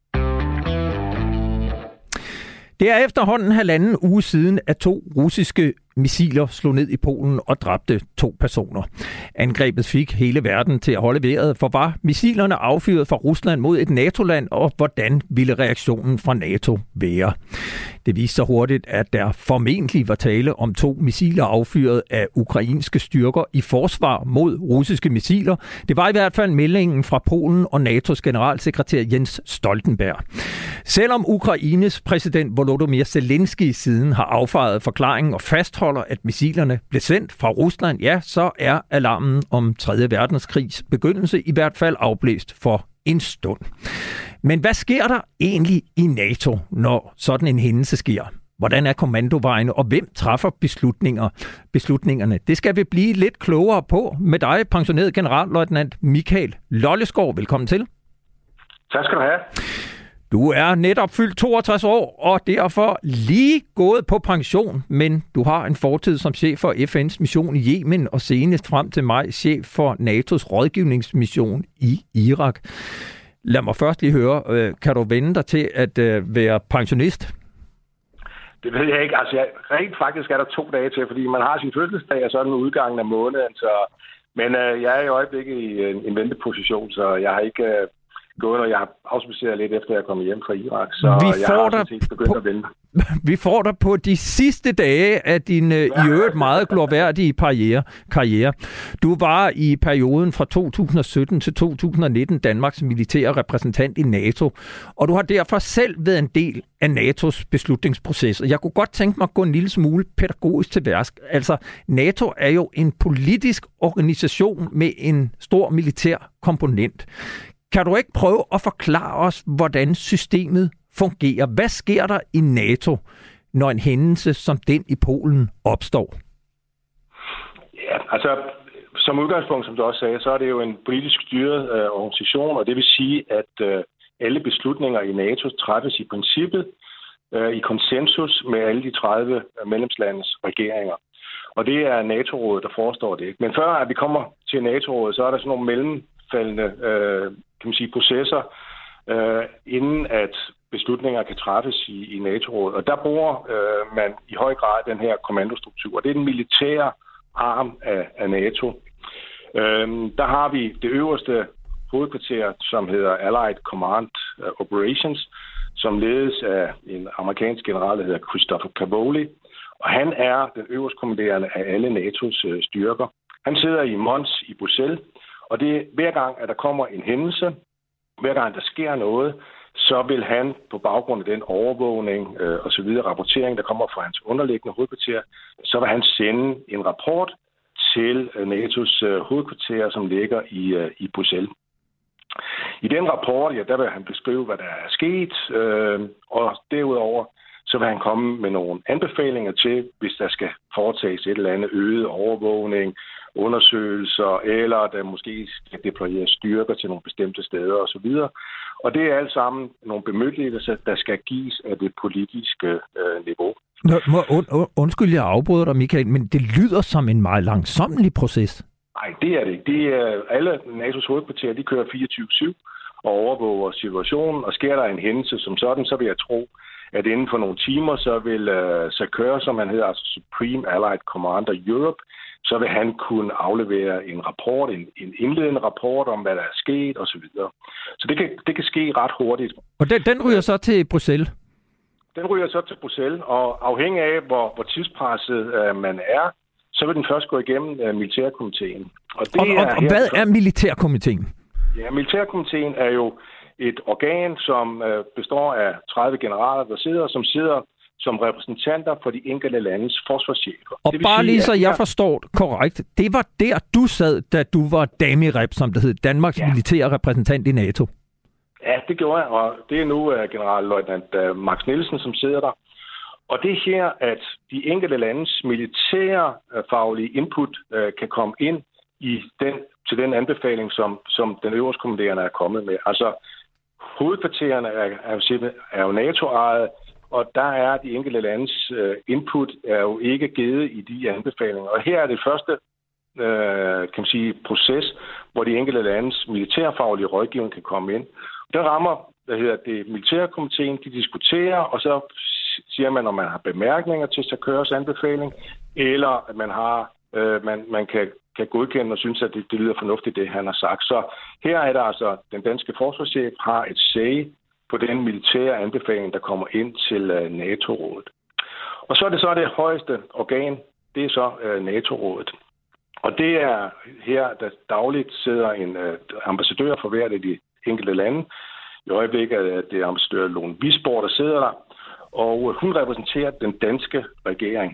Det er efterhånden halvanden uge siden, at to russiske missiler slog ned i Polen og dræbte to personer. Angrebet fik hele verden til at holde vejret, for var missilerne affyret fra Rusland mod et NATO-land, og hvordan ville reaktionen fra NATO være? Det viste sig hurtigt, at der formentlig var tale om to missiler affyret af ukrainske styrker i forsvar mod russiske missiler. Det var i hvert fald meldingen fra Polen og NATO's generalsekretær Jens Stoltenberg. Selvom Ukraines præsident Volodymyr Zelensky siden har affejet forklaringen og fastholder, at missilerne blev sendt fra Rusland, ja, så er alarmen om tredje verdenskrigs begyndelse i hvert fald afblæst for en stund. Men hvad sker der egentlig i NATO, når sådan en hændelse sker? Hvordan er kommandovejene, og hvem træffer beslutninger, beslutningerne? Det skal vi blive lidt klogere på med dig, pensioneret generalløjtnant Michael Lollesgaard. Velkommen til. Tak skal du have. Du er netop fyldt toogtres år, og derfor lige gået på pension, men du har en fortid som chef for F N's mission i Yemen, og senest frem til maj chef for NATO's rådgivningsmission i Irak. Lad mig først lige høre, kan du vende dig til at være pensionist? Det ved jeg ikke. Altså, jeg, rent faktisk er der to dage til, fordi man har sin fødselsdag, og så er den udgangen af måneden. Så, men øh, jeg er i øjeblikket i en, en venteposition, så jeg har ikke øh, gået, og jeg har afspaceret lidt efter, at jeg er kommet hjem fra Irak. Så vi jeg får har dig set begyndt på, at vente. Vi får dig på de sidste dage af din øh, i øvrigt meget glorværdige karriere. karriere. Du var i perioden fra to tusind og sytten til to tusind og nitten Danmarks militære repræsentant i NATO, og du har derfor selv været en del af NATO's beslutningsproces. Og jeg kunne godt tænke mig at gå en lille smule pædagogisk til værks. Altså, NATO er jo en politisk organisation med en stor militær komponent. Kan du ikke prøve at forklare os, hvordan systemet fungerer? Hvad sker der i NATO, når en hændelse som den i Polen opstår? Ja, altså som udgangspunkt, som du også sagde, så er det jo en politisk styret øh, organisation, og det vil sige, at øh, alle beslutninger i NATO træffes i princippet øh, i konsensus med alle de tredive medlemslandes regeringer. Og det er NATO-rådet, der forestår det. Men før at vi kommer til NATO-rådet, så er der sådan nogle mellemfaldende øh, kan man sige, processer, øh, inden at beslutninger kan træffes i, i NATO-rådet. Og der bruger øh, man i høj grad den her kommandostruktur. Det er den militære arm af, af NATO. Øh, der har vi det øverste hovedkvarter, som hedder Allied Command Operations, som ledes af en amerikansk general, der hedder Christopher Cavoli. Og han er den øverste kommanderende af alle NATO's øh, styrker. Han sidder i Mons i Bruxelles, og det er hver gang, at der kommer en hændelse, hver gang der sker noget, så vil han på baggrund af den overvågning øh, og så videre rapportering, der kommer fra hans underliggende hovedkvarter, så vil han sende en rapport til øh, NATO's øh, hovedkvarter, som ligger i, øh, i Bruxelles. I den rapport, ja, der vil han beskrive, hvad der er sket, øh, og derudover så vil han komme med nogle anbefalinger til, hvis der skal foretages et eller andet øget overvågning, undersøgelser, eller der måske skal deployeres styrker til nogle bestemte steder osv. Og det er alt sammen nogle bemyndigelser, der skal gives af det politiske øh, niveau. Nå, må, und, undskyld, jeg afbryder dig, Michael, men det lyder som en meget langsomlig proces. Nej, det er det ikke. De, øh, alle NATO's hovedkvarterer, de kører fireogtyve syv og overvåger situationen, og sker der en hændelse som sådan, så vil jeg tro, at inden for nogle timer, så vil uh, S A C E U R, som han hedder, altså Supreme Allied Commander Europe, så vil han kunne aflevere en rapport, en, en indledende rapport om, hvad der er sket osv. Så det kan, det kan ske ret hurtigt. Og den, den ryger så til Bruxelles? Den ryger så til Bruxelles, og afhængig af, hvor, hvor tidspresset uh, man er, så vil den først gå igennem uh, militærkomiteen. Og, det og, og, er og hvad er militærkomiteen? Ja, militærkomiteen er jo et organ, som øh, består af tredive generaler, der sidder, som sidder som repræsentanter for de enkelte landes forsvarschefer. Og bare sige, lige så jeg forstår det korrekt, det var der, du sad, da du var damirep, som det hed, Danmarks ja. militære repræsentant i NATO. Ja, det gjorde jeg, og det er nu uh, generalløjtnant uh, Max Nielsen, som sidder der. Og det er her, at de enkelte landes militære uh, faglige input uh, kan komme ind i den, til den anbefaling, som, som den øverste kommanderende er kommet med. Altså, hovedkvartererne er, er, jo, er jo NATO-ejet, og der er de enkelte landes øh, input er jo ikke givet i de anbefalinger. Og her er det første øh, kan man sige, proces, hvor de enkelte landes militærfaglige rådgivning kan komme ind. Den rammer, hvad hedder det, militærkomiteen, de diskuterer, og så siger man, om man har bemærkninger til SACEURs anbefaling, eller at man har øh, man, man kan, kan godkende og synes, at det, det lyder fornuftigt, det han har sagt. Så her er der altså, den danske forsvarschef har et say på den militære anbefaling, der kommer ind til uh, NATO-rådet. Og så er det så det højeste organ, det er så uh, NATO-rådet. Og det er her, der dagligt sidder en uh, ambassadør for hvert af de enkelte lande. I øjeblikket er det ambassadør Lone Bisborg, der sidder der, og hun repræsenterer den danske regering.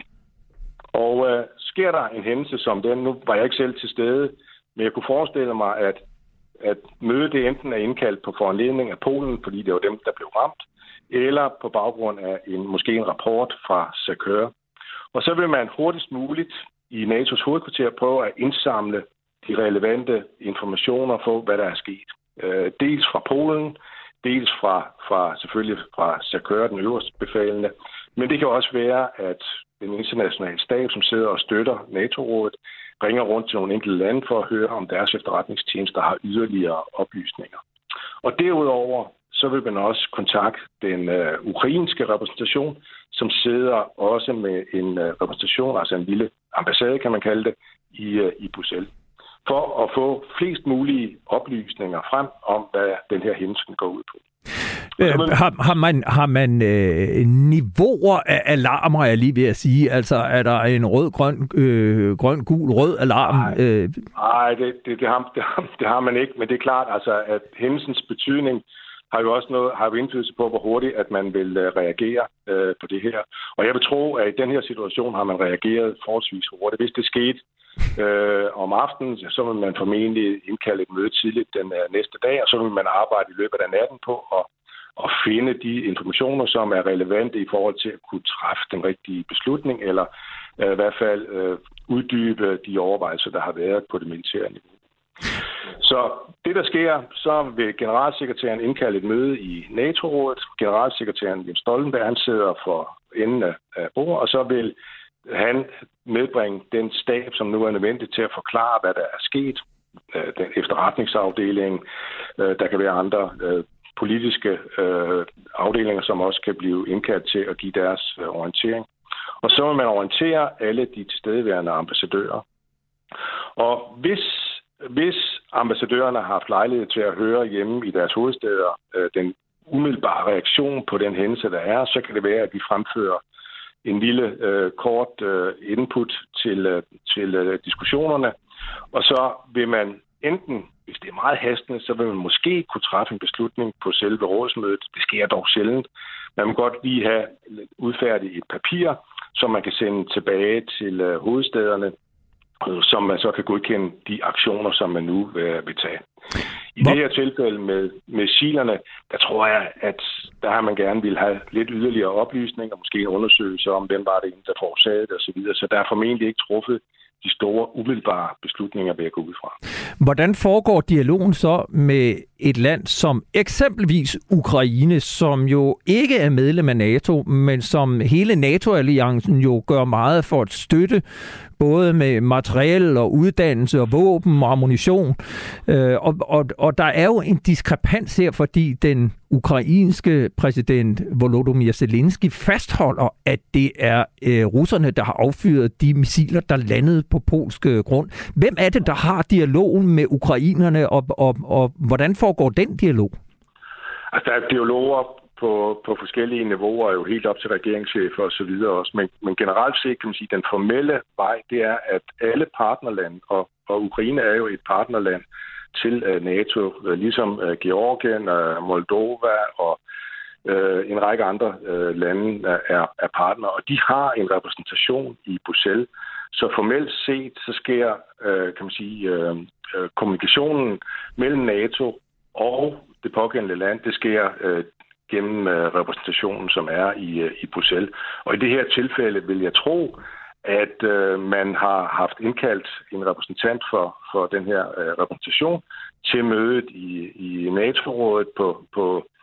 Og uh, sker der en hændelse som den, nu var jeg ikke selv til stede, men jeg kunne forestille mig, at at mødet det enten er indkaldt på foranledning af Polen, fordi det var dem, der blev ramt, eller på baggrund af en, måske en rapport fra SACEUR. Og så vil man hurtigst muligt i N A T O's hovedkvarter prøve at indsamle de relevante informationer for, hvad der er sket. Øh, dels fra Polen, dels fra, fra selvfølgelig fra SACEUR, den øverste befalende, men det kan også være, at den internationale stab, som sidder og støtter NATO-rådet, ringer rundt til nogle enkelte lande for at høre, om deres efterretningstjenester har yderligere oplysninger. Og derudover, så vil man også kontakte den øh, ukrainske repræsentation, som sidder også med en øh, repræsentation, altså en lille ambassade, kan man kalde det, i, øh, i Bruxelles, for at få flest mulige oplysninger frem om, hvad den her hændelse går ud på. Øh, har, har man, har man øh, niveauer af alarmer, er jeg lige ved at sige? Altså, er der en rød, grøn, øh, grøn, gul, rød alarm? Nej, øh. nej det, det, det, har, det, har, det har man ikke, men det er klart, altså, at hændelsens betydning har jo også noget, har jo indflydelse på, hvor hurtigt at man vil uh, reagere uh, på det her. Og jeg vil tro, at i den her situation har man reageret forholdsvis hurtigt. Hvis det skete uh, om aftenen, så vil man formentlig indkalde et møde tidligt den uh, næste dag, og så vil man arbejde i løbet af natten på at og finde de informationer, som er relevante i forhold til at kunne træffe den rigtige beslutning, eller uh, i hvert fald uh, uddybe de overvejelser, der har været på det militære niveau. Så det, der sker, så vil generalsekretæren indkalde et møde i NATO-rådet. Generalsekretæren Jens Stoltenberg, han sidder for enden af bordet, og så vil han medbringe den stab, som nu er nødvendig til at forklare, hvad der er sket. Den efterretningsafdeling, der kan være andre politiske afdelinger, som også kan blive indkaldt til at give deres orientering. Og så vil man orientere alle de tilstedeværende ambassadører. Og hvis Hvis ambassadørerne har haft lejlighed til at høre hjemme i deres hovedsteder øh, den umiddelbare reaktion på den hændelse, der er, så kan det være, at vi fremfører en lille øh, kort øh, input til, øh, til øh, diskussionerne. Og så vil man enten, hvis det er meget hastende, så vil man måske kunne træffe en beslutning på selve rådsmødet. Det sker dog sjældent. Man må godt lige have udfærdigt et papir, som man kan sende tilbage til øh, hovedstederne, som man så kan godkende de aktioner, som man nu vil tage. I Hvor? det her tilfælde med missilerne, der tror jeg, at der har man gerne vil have lidt yderligere oplysninger, måske en undersøgelse om, hvem var det, der forårsagede det osv. Så der er formentlig ikke truffet de store umiddelbare beslutninger ved at gå ud fra. Hvordan foregår dialogen så med et land som eksempelvis Ukraine, som jo ikke er medlem af NATO, men som hele NATO-alliancen jo gør meget for at støtte, både med materiel og uddannelse og våben og ammunition. Øh, og, og, og der er jo en diskrepans her, fordi den ukrainske præsident Volodymyr Zelensky fastholder, at det er øh, russerne, der har affyret de missiler, der landede på polsk grund. Hvem er det, der har dialogen med ukrainerne, og, og, og hvordan foregår den dialog? Altså, der er dialoger på, på forskellige niveauer, jo helt op til regeringschefer og så videre også. Men, men generelt set kan man sige, at den formelle vej, det er, at alle partnerlande, og, og Ukraine er jo et partnerland til uh, NATO, uh, ligesom uh, Georgien, uh, Moldova og uh, en række andre uh, lande er, er partner, og de har en repræsentation i Bruxelles. Så formelt set, så sker uh, kan man sige, uh, uh, kommunikationen mellem NATO og det pågældende land, det sker uh, gennem uh, repræsentationen, som er i, uh, i Bruxelles. Og i det her tilfælde vil jeg tro, at uh, man har haft indkaldt en repræsentant for, for den her uh, repræsentation til mødet i, i NATO-rådet på, på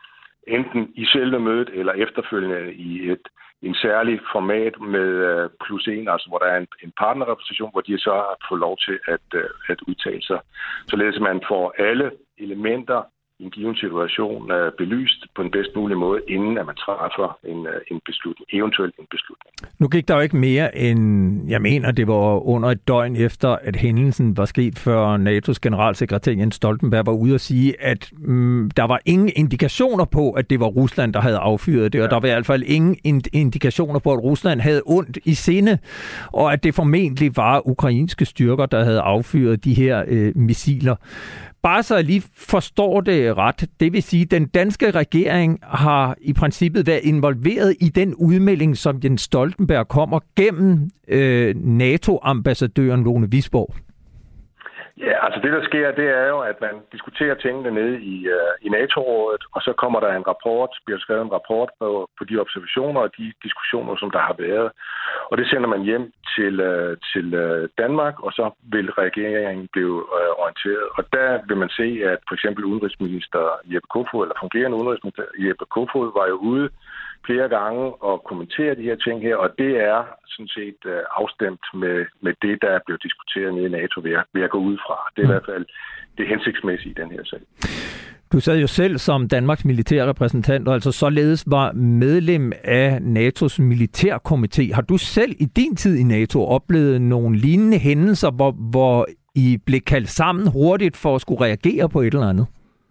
enten i selve mødet eller efterfølgende i et en særlig format med uh, plus en, altså hvor der er en, en partnerrepræsentation, hvor de så har fået lov til at, uh, at udtale sig. Således at man får alle elementer i en given situation uh, belyst på den bedst mulige måde, inden at man træffer en, uh, en beslutning, eventuelt en beslutning. Nu gik der jo ikke mere end, jeg mener, det var under et døgn efter, at hændelsen var sket, før N A T O's generalsekretær Jens Stoltenberg var ude og sige, at mm, der var ingen indikationer på, at det var Rusland, der havde affyret det, og ja. Der var i hvert fald ingen indikationer på, at Rusland havde ondt i sinde, og at det formentlig var ukrainske styrker, der havde affyret de her øh, missiler. Bare så jeg lige forstår det ret, det vil sige, at den danske regering har i princippet været involveret i den udmelding, som Jens Stoltenberg kommer gennem øh, NATO-ambassadøren Lone Wisborg. Ja, altså det, der sker, det er jo, at man diskuterer tingene nede i, uh, i NATO-rådet, og så kommer der en rapport, bliver skrevet en rapport på, på de observationer og de diskussioner, som der har været. Og det sender man hjem til, uh, til uh, Danmark, og så vil regeringen blive uh, orienteret. Og der vil man se, at for eksempel udenrigsminister Jeppe Kofod, eller fungerende udenrigsminister Jeppe Kofod, var jo ude flere gange og kommentere de her ting her, og det er sådan set uh, afstemt med, med det, der er blevet diskuteret nede i NATO, ved at, ved at gå ud fra. Det er mm. i hvert fald det hensigtsmæssige i den her sag. Du sad jo selv som Danmarks militære repræsentant, og altså således var medlem af N A T O's militærkomité. Har du selv i din tid i NATO oplevet nogle lignende hændelser, hvor, hvor I blev kaldt sammen hurtigt for at skulle reagere på et eller andet?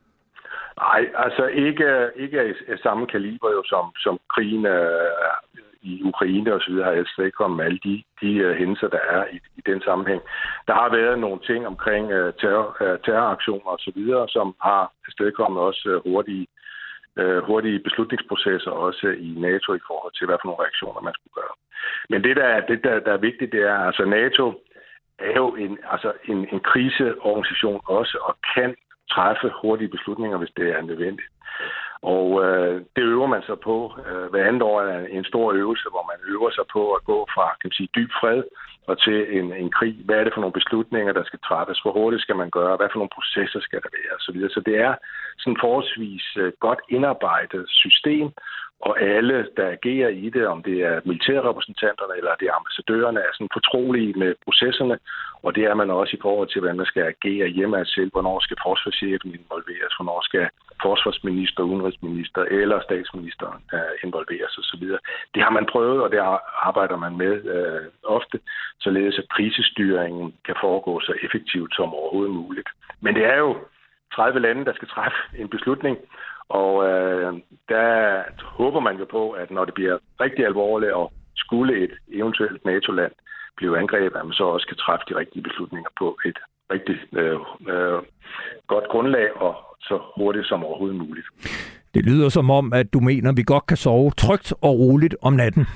Nej, altså ikke, ikke af samme kaliber jo, som, som krigen øh, i Ukraine og så videre har jeg ikke kommet med alle de, de uh, hændelser, der er i, i den sammenhæng. Der har været nogle ting omkring uh, terror, uh, terroraktioner og så videre, som har afstedkommet også uh, hurtige, uh, hurtige beslutningsprocesser også i NATO i forhold til, hvad for nogle reaktioner man skulle gøre. Men det, der, det, der, der er vigtigt, det er, altså NATO er jo en, altså en, en kriseorganisation også, og kan træffe hurtige beslutninger, hvis det er nødvendigt. Og øh, det øver man sig på. Øh, hver andet år er en stor øvelse, hvor man øver sig på at gå fra, kan man sige, dyb fred og til en, en krig. Hvad er det for nogle beslutninger, der skal træffes? Hvor hurtigt skal man gøre? Hvad for nogle processer skal der være? Og så videre. Så det er sådan forholdsvis øh, godt indarbejdet system, og alle, der agerer i det, om det er militærrepræsentanterne eller det er ambassadørerne, er sådan fortrolige med processerne, og det er man også i forhold til, hvordan man skal agere hjemme af selv, hvornår skal forsvarschefen involveres, hvornår skal forsvarsminister, udenrigsminister eller statsministeren uh, involveres osv. Det har man prøvet, og det arbejder man med uh, ofte, således at krisestyringen kan foregå så effektivt som overhovedet muligt. Men det er jo tredive lande, der skal træffe en beslutning, og øh, der håber man jo på, at når det bliver rigtig alvorligt, og skulle et eventuelt NATO-land blive angrebet, at man så også kan træffe de rigtige beslutninger på et rigtig øh, øh, godt grundlag, og så hurtigt som overhovedet muligt. Det lyder som om, at du mener, at vi godt kan sove trygt og roligt om natten.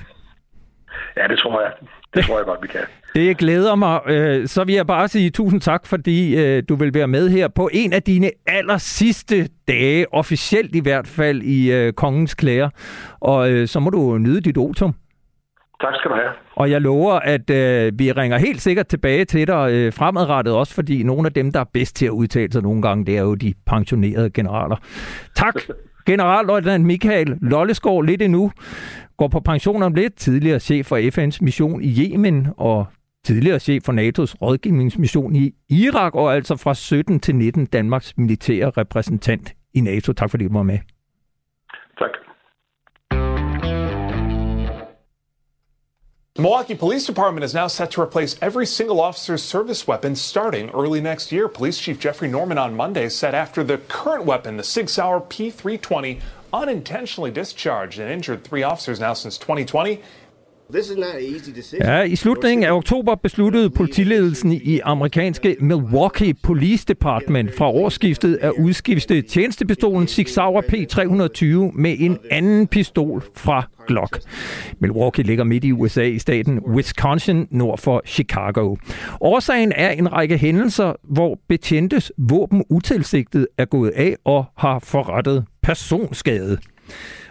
Ja, det tror jeg. Det tror jeg godt, vi kan. Det glæder mig. Så vil jeg bare sige tusind tak, fordi du vil være med her på en af dine aller sidste dage, officielt i hvert fald, i Kongens Klæder. Og så må du nyde dit otium. Tak skal du have. Og jeg lover, at øh, vi ringer helt sikkert tilbage til dig øh, fremadrettet, også fordi nogle af dem, der er bedst til at udtale sig nogle gange, det er jo de pensionerede generaler. Tak, generalløjtnant Michael Lollesgaard, lidt endnu. Går på pension om lidt, tidligere chef for F N's mission i Yemen, og tidligere chef for NATO's rådgivningsmission i Irak, og altså fra sytten til nitten Danmarks militære repræsentant i NATO. Tak fordi du var med. Tak. The Milwaukee Police Department is now set to replace every single officer's service weapon starting early next year. Police Chief Jeffrey Norman on Monday said after the current weapon, the Sig Sauer P three twenty, unintentionally discharged and injured three officers now since twenty twenty. Ja, i slutningen af oktober besluttede politiledelsen i amerikanske Milwaukee Police Department fra årsskiftet at udskifte tjenestepistolen Sig Sauer P tre tyve med en anden pistol fra Glock. Milwaukee ligger midt i U S A i staten Wisconsin nord for Chicago. Årsagen er en række hændelser, hvor betjentes våben utilsigtet er gået af og har forrettet personskade.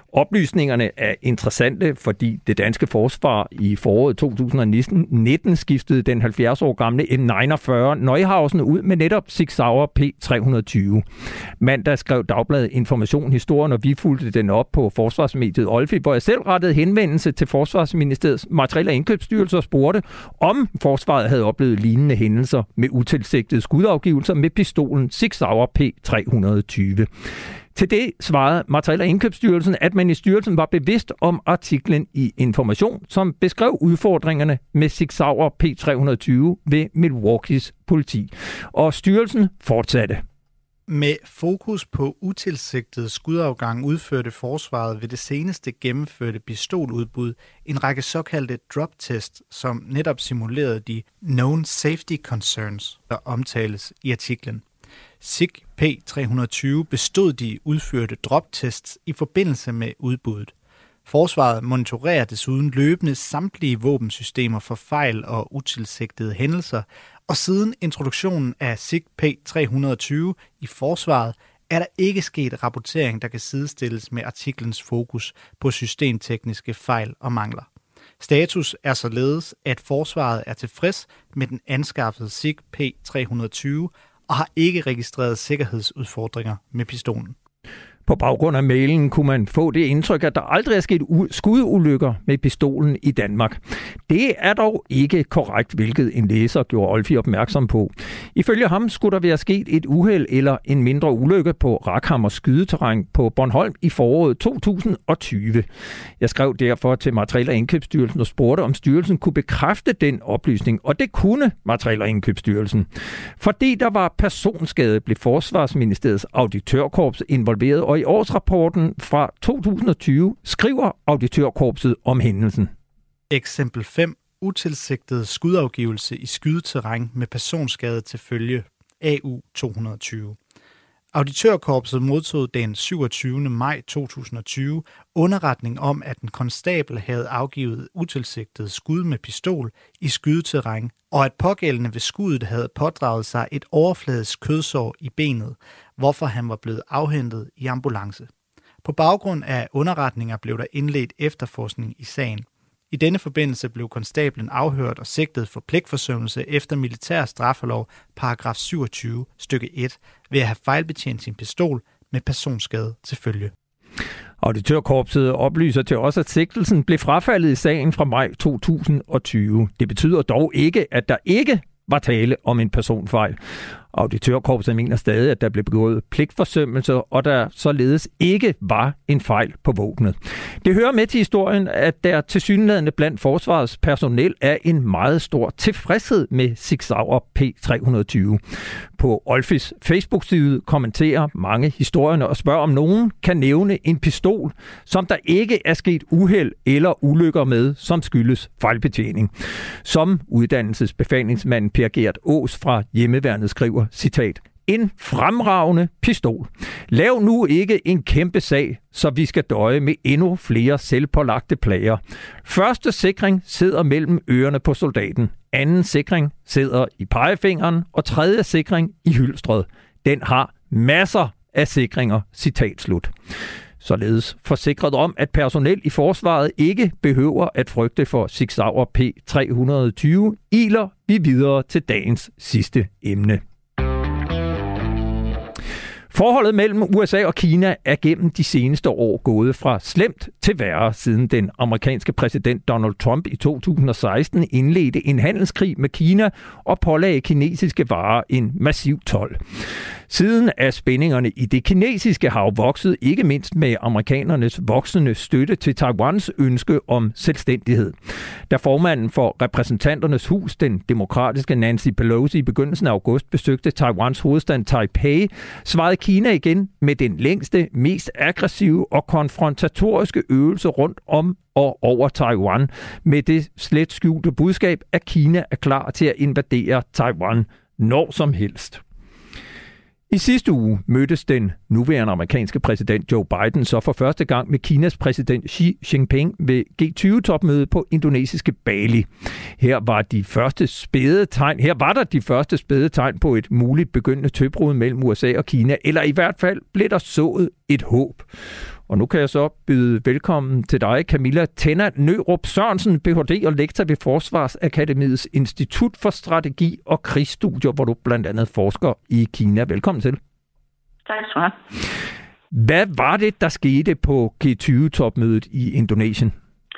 Oplysningerne er interessante, fordi det danske forsvar i foråret to tusind nitten skiftede den halvfjerds år gamle M niogfyrre Neuhausen ud med netop Sig Sauer P tre hundrede og tyve. Mandag skrev Dagbladet Information historien, og vi fulgte den op på forsvarsmediet Olfi, hvor jeg selv rettede henvendelse til Forsvarsministeriets Materiel- og Indkøbsstyrelse og spurgte, om forsvaret havde oplevet lignende hændelser med utilsigtede skudafgivelser med pistolen Sig Sauer P tre hundrede og tyve. Til det svarede Materiel- og Indkøbsstyrelsen, at man i styrelsen var bevidst om artiklen i Information, som beskrev udfordringerne med Sig Sauer P tre hundrede og tyve ved Milwaukees politi. Og styrelsen fortsatte. Med fokus på utilsigtede skudafgang udførte forsvaret ved det seneste gennemførte pistoludbud en række såkaldte drop-tests, som netop simulerede de known safety concerns, der omtales i artiklen. Sig P tre hundrede og tyve bestod de udførte drop-tests i forbindelse med udbuddet. Forsvaret monitorerer desuden løbende samtlige våbensystemer for fejl og utilsigtede hændelser, og siden introduktionen af Sig P tre hundrede og tyve i forsvaret er der ikke sket rapportering, der kan sidestilles med artiklens fokus på systemtekniske fejl og mangler. Status er således, at forsvaret er tilfreds med den anskaffede Sig P tre hundrede og tyve og har ikke registreret sikkerhedsudfordringer med pistolen. På baggrund af mailen kunne man få det indtryk, at der aldrig er sket u- skudulykker med pistolen i Danmark. Det er dog ikke korrekt, hvilket en læser gjorde Olfi opmærksom på. Ifølge ham skulle der være sket et uheld eller en mindre ulykke på Rakhammer skydeterræn på Bornholm i foråret to tusind og tyve. Jeg skrev derfor til Materiel- og Indkøbsstyrelsen og spurgte, om styrelsen kunne bekræfte den oplysning, og det kunne Materiel- og Indkøbsstyrelsen. Fordi der var personskade, blev Forsvarsministeriets auditørkorps involveret, og i årsrapporten fra to tusind og tyve skriver auditørkorpset om hændelsen. Eksempel fem. Utilsigtet skudafgivelse i skydeterræn med personskade til følge. A U to hundrede og tyve. Auditørkorpset modtog den syvogtyvende maj to tusind og tyve underretning om, at en konstabel havde afgivet utilsigtet skud med pistol i skydeterræn, og at pågældende ved skuddet havde pådraget sig et overfladisk kødsår i benet, hvorfor han var blevet afhentet i ambulance. På baggrund af underretninger blev der indledt efterforskning i sagen. I denne forbindelse blev konstablen afhørt og sigtet for pligtforsømmelse efter militær straffelov paragraf syvogtyve stykke et ved at have fejlbetjent sin pistol med personskade til følge. Auditørkorpset oplyser til os, at sigtelsen blev frafaldet i sagen fra maj to tusind og tyve. Det betyder dog ikke, at der ikke var tale om en personfejl. Auditørkorpset mener stadig, at der blev begået pligtforsømmelse, og der således ikke var en fejl på våbnet. Det hører med til historien, at der tilsyneladende blandt forsvarets personel er en meget stor tilfredshed med Sig Sauer P tre hundrede og tyve. På Olfis Facebook-side kommenterer mange historierne og spørger, om nogen kan nævne en pistol, som der ikke er sket uheld eller ulykker med, som skyldes fejlbetjening. Som uddannelsesbefalingsmanden Per Gert Aas fra Hjemmeværnet skriver, citat, en fremragende pistol. Lav nu ikke en kæmpe sag, så vi skal døje med endnu flere selvpålagte plager. Første sikring sidder mellem ørerne på soldaten. Anden sikring sidder i pegefingeren, og tredje sikring i hylstret. Den har masser af sikringer, citat slut. Således forsikret om, at personel i forsvaret ikke behøver at frygte for Sig Sauer P tre hundrede og tyve, iler vi videre til dagens sidste emne. Forholdet mellem U S A og Kina er gennem de seneste år gået fra slemt til værre, siden den amerikanske præsident Donald Trump i to tusind og seksten indledte en handelskrig med Kina og pålagde kinesiske varer en massiv told. Siden er spændingerne i det kinesiske hav vokset, ikke mindst med amerikanernes voksende støtte til Taiwans ønske om selvstændighed. Da formanden for repræsentanternes hus, den demokratiske Nancy Pelosi, i begyndelsen af august besøgte Taiwans hovedstad Taipei, svarede Kina igen med den længste, mest aggressive og konfrontatoriske øvelse rundt om og over Taiwan, med det slet skjulte budskab, at Kina er klar til at invadere Taiwan når som helst. I sidste uge mødtes den nuværende amerikanske præsident Joe Biden så for første gang med Kinas præsident Xi Jinping ved G tyve-topmødet på indonesiske Bali. Her var de første spæde tegn, her var der de første spæde tegn på et muligt begyndende tøbrud mellem U S A og Kina, eller i hvert fald blev der sået et håb. Og nu kan jeg så byde velkommen til dig, Camilla Tenna Nørup Sørensen, P H D og lektor ved Forsvarsakademiets Institut for Strategi og Krigsstudier, hvor du blandt andet forsker i Kina. Velkommen til. Tak skal du have. Hvad var det, der skete på G tyve-topmødet i Indonesien?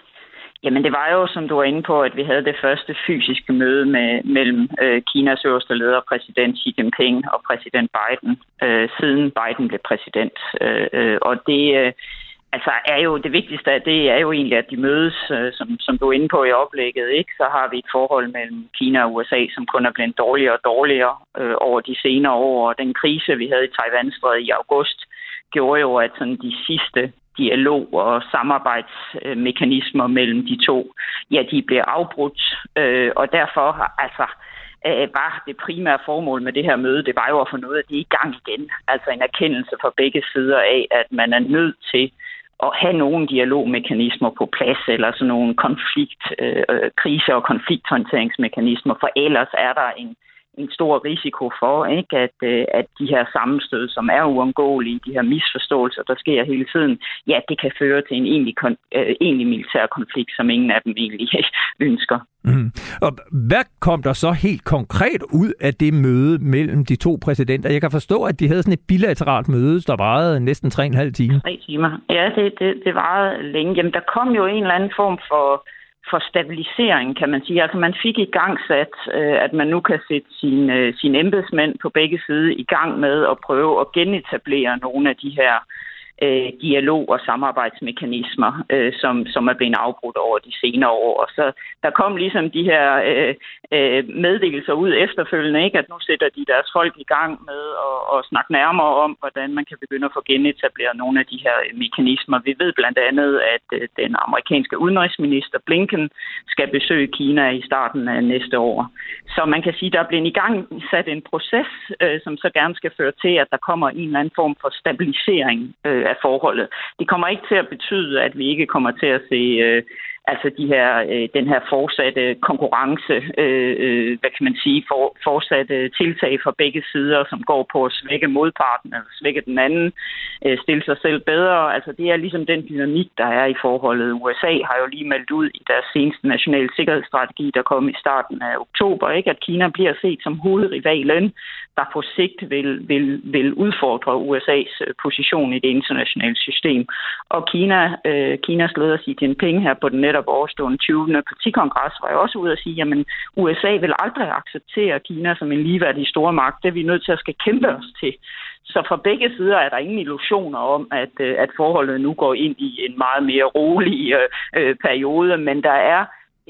Jamen det var jo, som du var inde på, at vi havde det første fysiske møde med, mellem øh, Kinas øverste leder, præsident Xi Jinping og præsident Biden, øh, siden Biden blev præsident. Øh, og det øh, altså er jo det vigtigste af det er jo egentlig, at de mødes, øh, som, som du er inde på i oplægget, ikke? Så har vi et forhold mellem Kina og U S A, som kun er blevet dårligere og dårligere øh, over de senere år. Og den krise, vi havde i Taiwan-strædet i august, gjorde jo, at sådan de sidste dialog og samarbejdsmekanismer mellem de to, ja, de blev afbrudt, øh, og derfor altså øh, var det primære formål med det her møde, det var jo at få noget af det i gang igen. Altså en erkendelse fra begge sider af, at man er nødt til at have nogle dialogmekanismer på plads, eller sådan nogle konflikt, øh, krise- og konflikthåndteringsmekanismer, for ellers er der en en stor risiko for, ikke, at, at de her sammenstød, som er uundgåelige, de her misforståelser, der sker hele tiden, ja, det kan føre til en egentlig, øh, egentlig militær konflikt, som ingen af dem egentlig ønsker. Mm. Og hvad kom der så helt konkret ud af det møde mellem de to præsidenter? Jeg kan forstå, at de havde sådan et bilateralt møde, der varede næsten tre og en halv time. Tre timer. Ja, det, det, det varede længe. Jamen, der kom jo en eller anden form for for stabilisering, kan man sige. Altså man fik i gang sat, øh, at man nu kan sætte sine, øh, sine embedsmænd på begge sider i gang med at prøve at genetablere nogle af de her øh, dialog- og samarbejdsmekanismer, øh, som, som er blevet afbrudt over de senere år. Og så der kom ligesom de her øh, øh, meddelelser ud efterfølgende, ikke? At nu sætter de deres folk i gang med at, at snakke nærmere om, hvordan man kan begynde at få genetableret nogle af de her mekanismer. Vi ved blandt andet, at øh, den amerikanske udenrigsminister Blinken skal besøge Kina i starten af næste år. Så man kan sige, at der er blevet i gang sat en proces, øh, som så gerne skal føre til, at der kommer en eller anden form for stabilisering øh, af forholdet. Det kommer ikke til at betyde, at vi ikke kommer til at se øh, altså de her, øh, den her fortsatte konkurrence, øh, øh, hvad kan man sige, for, fortsatte tiltag fra begge sider, som går på at svække modparten, eller svække den anden, øh, stille sig selv bedre. Altså det er ligesom den dynamik, der er i forholdet. U S A har jo lige meldt ud i deres seneste nationale sikkerhedsstrategi, der kom i starten af oktober, ikke, at Kina bliver set som hovedrivalen, der på sigt vil, vil, vil udfordre U S A's position i det internationale system. Og Kina, øh, Kinas leder Xi Jinping her på den netop overstående tyvende partikongres var jo også ude at sige, at U S A vil aldrig acceptere Kina som en ligeværdig stormagt. Det er vi nødt til at skal kæmpe os til. Så fra begge sider er der ingen illusioner om, at, at forholdet nu går ind i en meget mere rolig øh, periode, men der er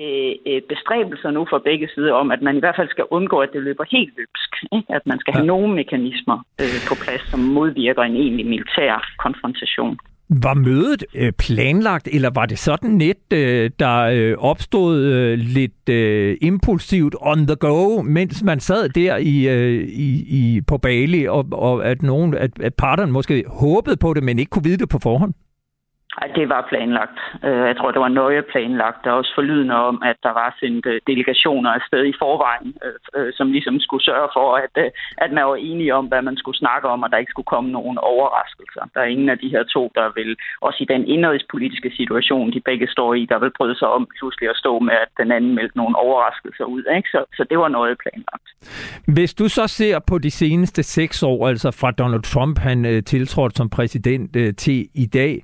øh, bestræbelser nu fra begge sider om, at man i hvert fald skal undgå, at det løber helt løbsk. Ikke? At man skal have nogle mekanismer øh, på plads, som modvirker en egentlig militær konfrontation. Var mødet øh, planlagt, eller var det sådan net, øh, der øh, opstod øh, lidt øh, impulsivt on the go, mens man sad der i, øh, i, i på Bali, og, og at nogen, at, at parterne måske håbede på det, men ikke kunne vide det på forhånd? Nej, det var planlagt. Jeg tror, det var nøje planlagt. Der er også forlydende om, at der var sendt delegationer afsted i forvejen, som ligesom skulle sørge for, at, at man var enige om, hvad man skulle snakke om, og der ikke skulle komme nogen overraskelser. Der er ingen af de her to, der vil, også i den indrigspolitiske situation, de begge står i, der vil bryde sig om pludselig at stå med, at den anden meldte nogle overraskelser ud. Ikke? Så, så det var nøje planlagt. Hvis du så ser på de seneste seks år, altså fra Donald Trump, han tiltrådte som præsident til i dag,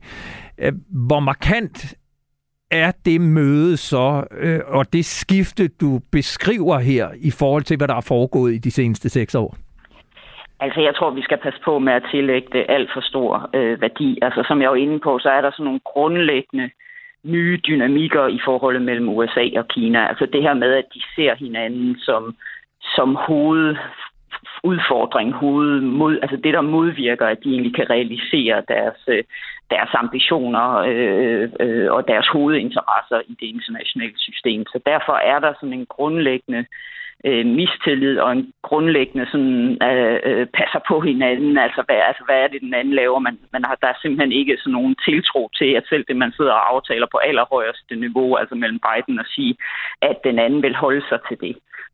hvor markant er det møde så, øh, og det skifte, du beskriver her, i forhold til, hvad der er foregået i de seneste seks år? Altså, jeg tror, vi skal passe på med at tillægge det alt for stor øh, værdi. Altså, som jeg var inde på, så er der sådan nogle grundlæggende nye dynamikker i forholdet mellem U S A og Kina. Altså det her med, at de ser hinanden som, som hoved udfordring, hoved, mod, altså det, der modvirker, at de egentlig kan realisere deres, deres ambitioner øh, øh, og deres hovedinteresser i det internationale system. Så derfor er der sådan en grundlæggende øh, mistillid og en grundlæggende sådan, øh, øh, passer på hinanden. Altså hvad, altså, hvad er det, den anden laver? Man, man har, der er simpelthen ikke sådan nogen tiltro til, at selv det, man sidder og aftaler på allerhøjeste niveau, altså mellem Biden og Xi, at den anden vil holde sig til det.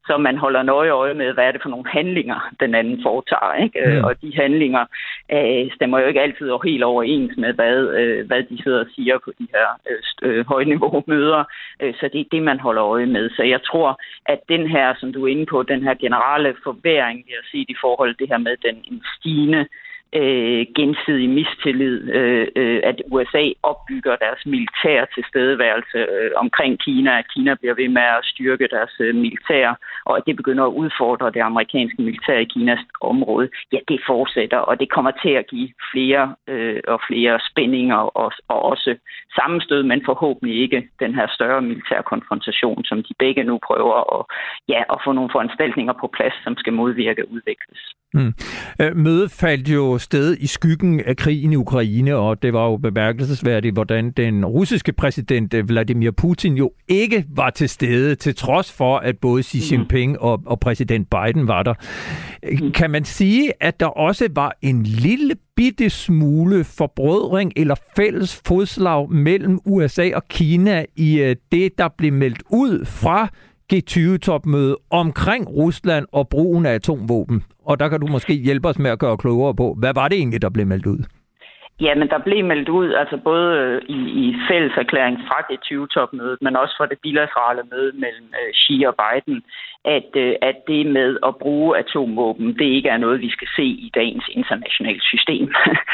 så man holder nøje øje med, hvad er det for nogle handlinger, den anden foretager. Ikke? Mm. Og de handlinger øh, stemmer jo ikke altid helt overens med, hvad, øh, hvad de sidder og siger på de her øh, højniveau-møder. Øh, så det er det, man holder øje med. Så jeg tror, at den her, som du er inde på, den her generelle forværing, vi har set i forhold til det her med den stigende Øh, gensidig mistillid, øh, øh, at U S A opbygger deres militære tilstedeværelse øh, omkring Kina, at Kina bliver ved med at styrke deres øh, militær, og at det begynder at udfordre det amerikanske militær i Kinas område. Ja, det fortsætter, og det kommer til at give flere øh, og flere spændinger og, og også sammenstød, men forhåbentlig ikke den her større militære konfrontation, som de begge nu prøver at, ja, at få nogle foranstaltninger på plads, som skal modvirke udvikles. Mm. Mødet faldt jo sted i skyggen af krigen i Ukraine, og det var jo bemærkelsesværdigt, hvordan den russiske præsident Vladimir Putin jo ikke var til stede, til trods for, at både Xi Jinping og, og præsident Biden var der. Kan man sige, at der også var en lille bitte smule forbrødring eller fælles fodslag mellem U S A og Kina i det, der blev meldt ud fra G tyve-topmøde omkring Rusland og brugen af atomvåben? Og der kan du måske hjælpe os med at gøre klogere på, hvad var det egentlig, der blev meldt ud? Ja, men der blev meldt ud, altså både i, i fælleserklæring fra G tyve-topmødet, men også fra det bilaterale møde mellem uh, Xi og Biden, at, uh, at det med at bruge atomvåben, det ikke er noget, vi skal se i dagens internationale system,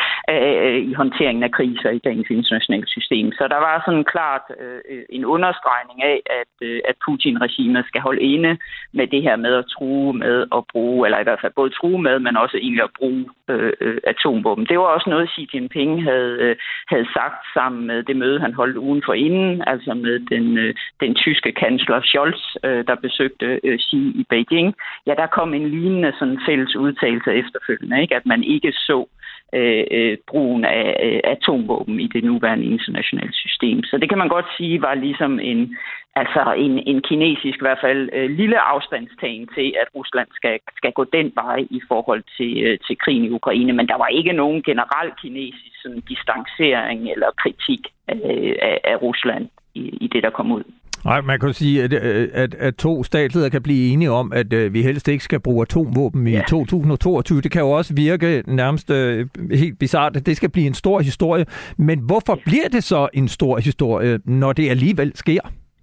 i håndteringen af kriser i dagens internationale system. Så der var sådan klart uh, en understregning af, at, uh, at Putin-regimet skal holde inde med det her med at true med at bruge, eller i hvert fald både true med, men også egentlig at bruge uh, uh, atomvåben. Det var også noget, Xi Jinping Ping havde, havde sagt sammen med det møde, han holdt ugen for inden, altså med den, den tyske kansler Scholz, der besøgte Xi i Beijing. Ja, der kom en lignende sådan fælles udtalelse efterfølgende, ikke? At man ikke så øh, brugen af atomvåben i det nuværende internationale system. Så det kan man godt sige var ligesom en, altså en, en kinesisk i hvert fald øh, lille afstandstagen til, at Rusland skal, skal gå den vej i forhold til, øh, til krigen i Ukraine. Men der var ikke nogen generel kinesisk sådan, distancering eller kritik øh, af, af Rusland i, i det, der kom ud. Nej, man kan jo sige, at, at, at to statsledere kan blive enige om, at uh, vi helst ikke skal bruge atomvåben i ja. to tusind og toogtyve. Det kan jo også virke nærmest uh, helt bizarrt, at det skal blive en stor historie. Men hvorfor bliver det så en stor historie, når det alligevel sker?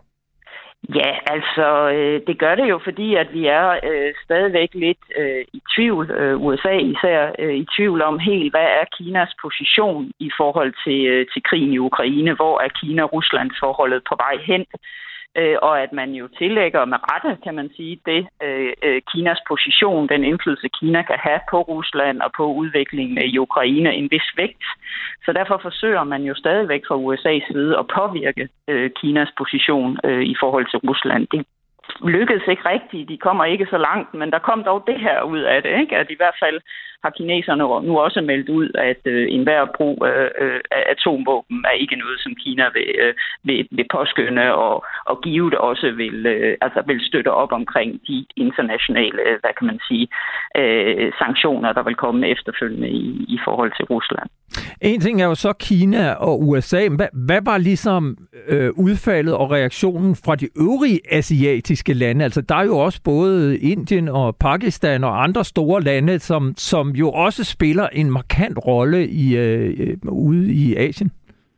Ja, altså øh, det gør det jo, fordi at vi er øh, stadigvæk lidt øh, i tvivl, øh, U S A især øh, i tvivl om helt, hvad er Kinas position i forhold til, øh, til krigen i Ukraine, hvor er Kina-Ruslands forholdet på vej hen, øh, og at man jo tillægger med rette, kan man sige, det øh, Kinas position, den indflydelse Kina kan have på Rusland og på udviklingen i Ukraine, en vis vægt. Så derfor forsøger man jo stadigvæk fra U S A's side at påvirke øh, Kinas position øh, i forhold til Rusland. Det lykkedes ikke rigtigt, de kommer ikke så langt, men der kom dog det her ud af det, ikke? At i hvert fald har kineserne nu også meldt ud, at øh, enhver brug øh, af atomvåben er ikke noget, som Kina vil, øh, vil, vil påskynde, og, og givet også vil, øh, altså vil støtte op omkring de internationale, hvad kan man sige, øh, sanktioner, der vil komme efterfølgende i, i forhold til Rusland. En ting er jo så Kina og U S A. Hvad, hvad var ligesom øh, udfaldet og reaktionen fra de øvrige asiatiske lande? Altså der er jo også både Indien og Pakistan og andre store lande, som, som jo også spiller en markant rolle i, øh, ude i Asien.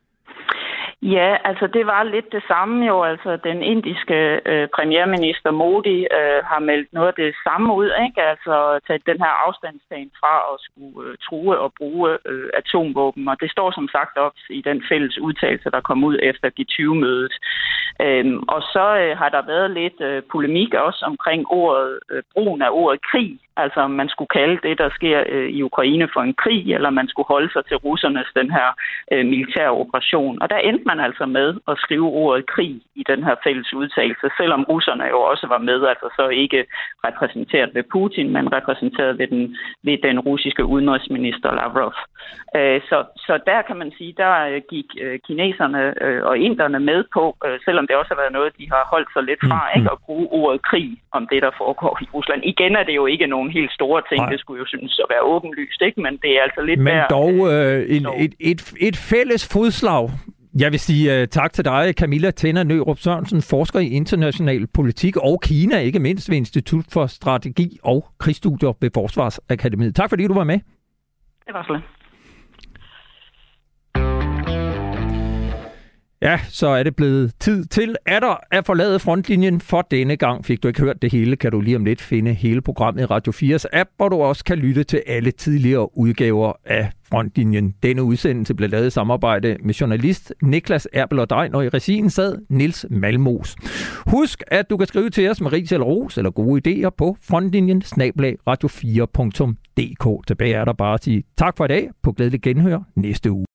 Ja, altså det var lidt det samme jo. Altså den indiske øh, premierminister Modi øh, har meldt noget af det samme ud, ikke? Altså tage den her afstandstagen fra at skulle øh, true og bruge øh, atomvåben. Og det står som sagt op i den fælles udtalelse, der kom ud efter G tyve-mødet. Øhm, og så øh, har der været lidt øh, polemik også omkring ordet, øh, brugen af ordet krig. Altså om man skulle kalde det, der sker øh, i Ukraine for en krig, eller man skulle holde sig til russernes den her øh, militære operation. Og der endte man altså med at skrive ordet krig i den her fælles udtalelse, selvom russerne jo også var med, altså så ikke repræsenteret ved Putin, men repræsenteret ved den, ved den russiske udenrigsminister Lavrov. Øh, så, så der kan man sige, der gik øh, kineserne øh, og inderne med på, øh, selvom det også har været noget, de har holdt sig lidt fra, ikke, at bruge ordet krig om det, der foregår i Rusland. Igen er det jo ikke nogen helt store ting, Nej. Det skulle jo synes at være åbenlyst, ikke? Men det er altså lidt Men mere... dog øh, en, et, et, et fælles fodslag Jeg vil sige uh, tak til dig, Camilla Tenner Nørup Sørensen, forsker i international politik og Kina, ikke mindst ved Institut for Strategi og Krigsstudier ved Forsvarsakademiet. Tak fordi du var med. Det var slet. Ja, så er det blevet tid til atter at forlade frontlinjen for denne gang. Fik du ikke hørt det hele, kan du lige om lidt finde hele programmet i Radio fires app, hvor du også kan lytte til alle tidligere udgaver af Frontlinjen. Denne udsendelse blev lavet i samarbejde med journalist Niklas Erbel og Dein, og i regien sad Niels Malmos. Husk, at du kan skrive til os med ris eller ros eller gode idéer på frontlinjen snabel-a radio fire punktum d k. Tilbage er der bare at sige tak for i dag, på glædelig genhør næste uge.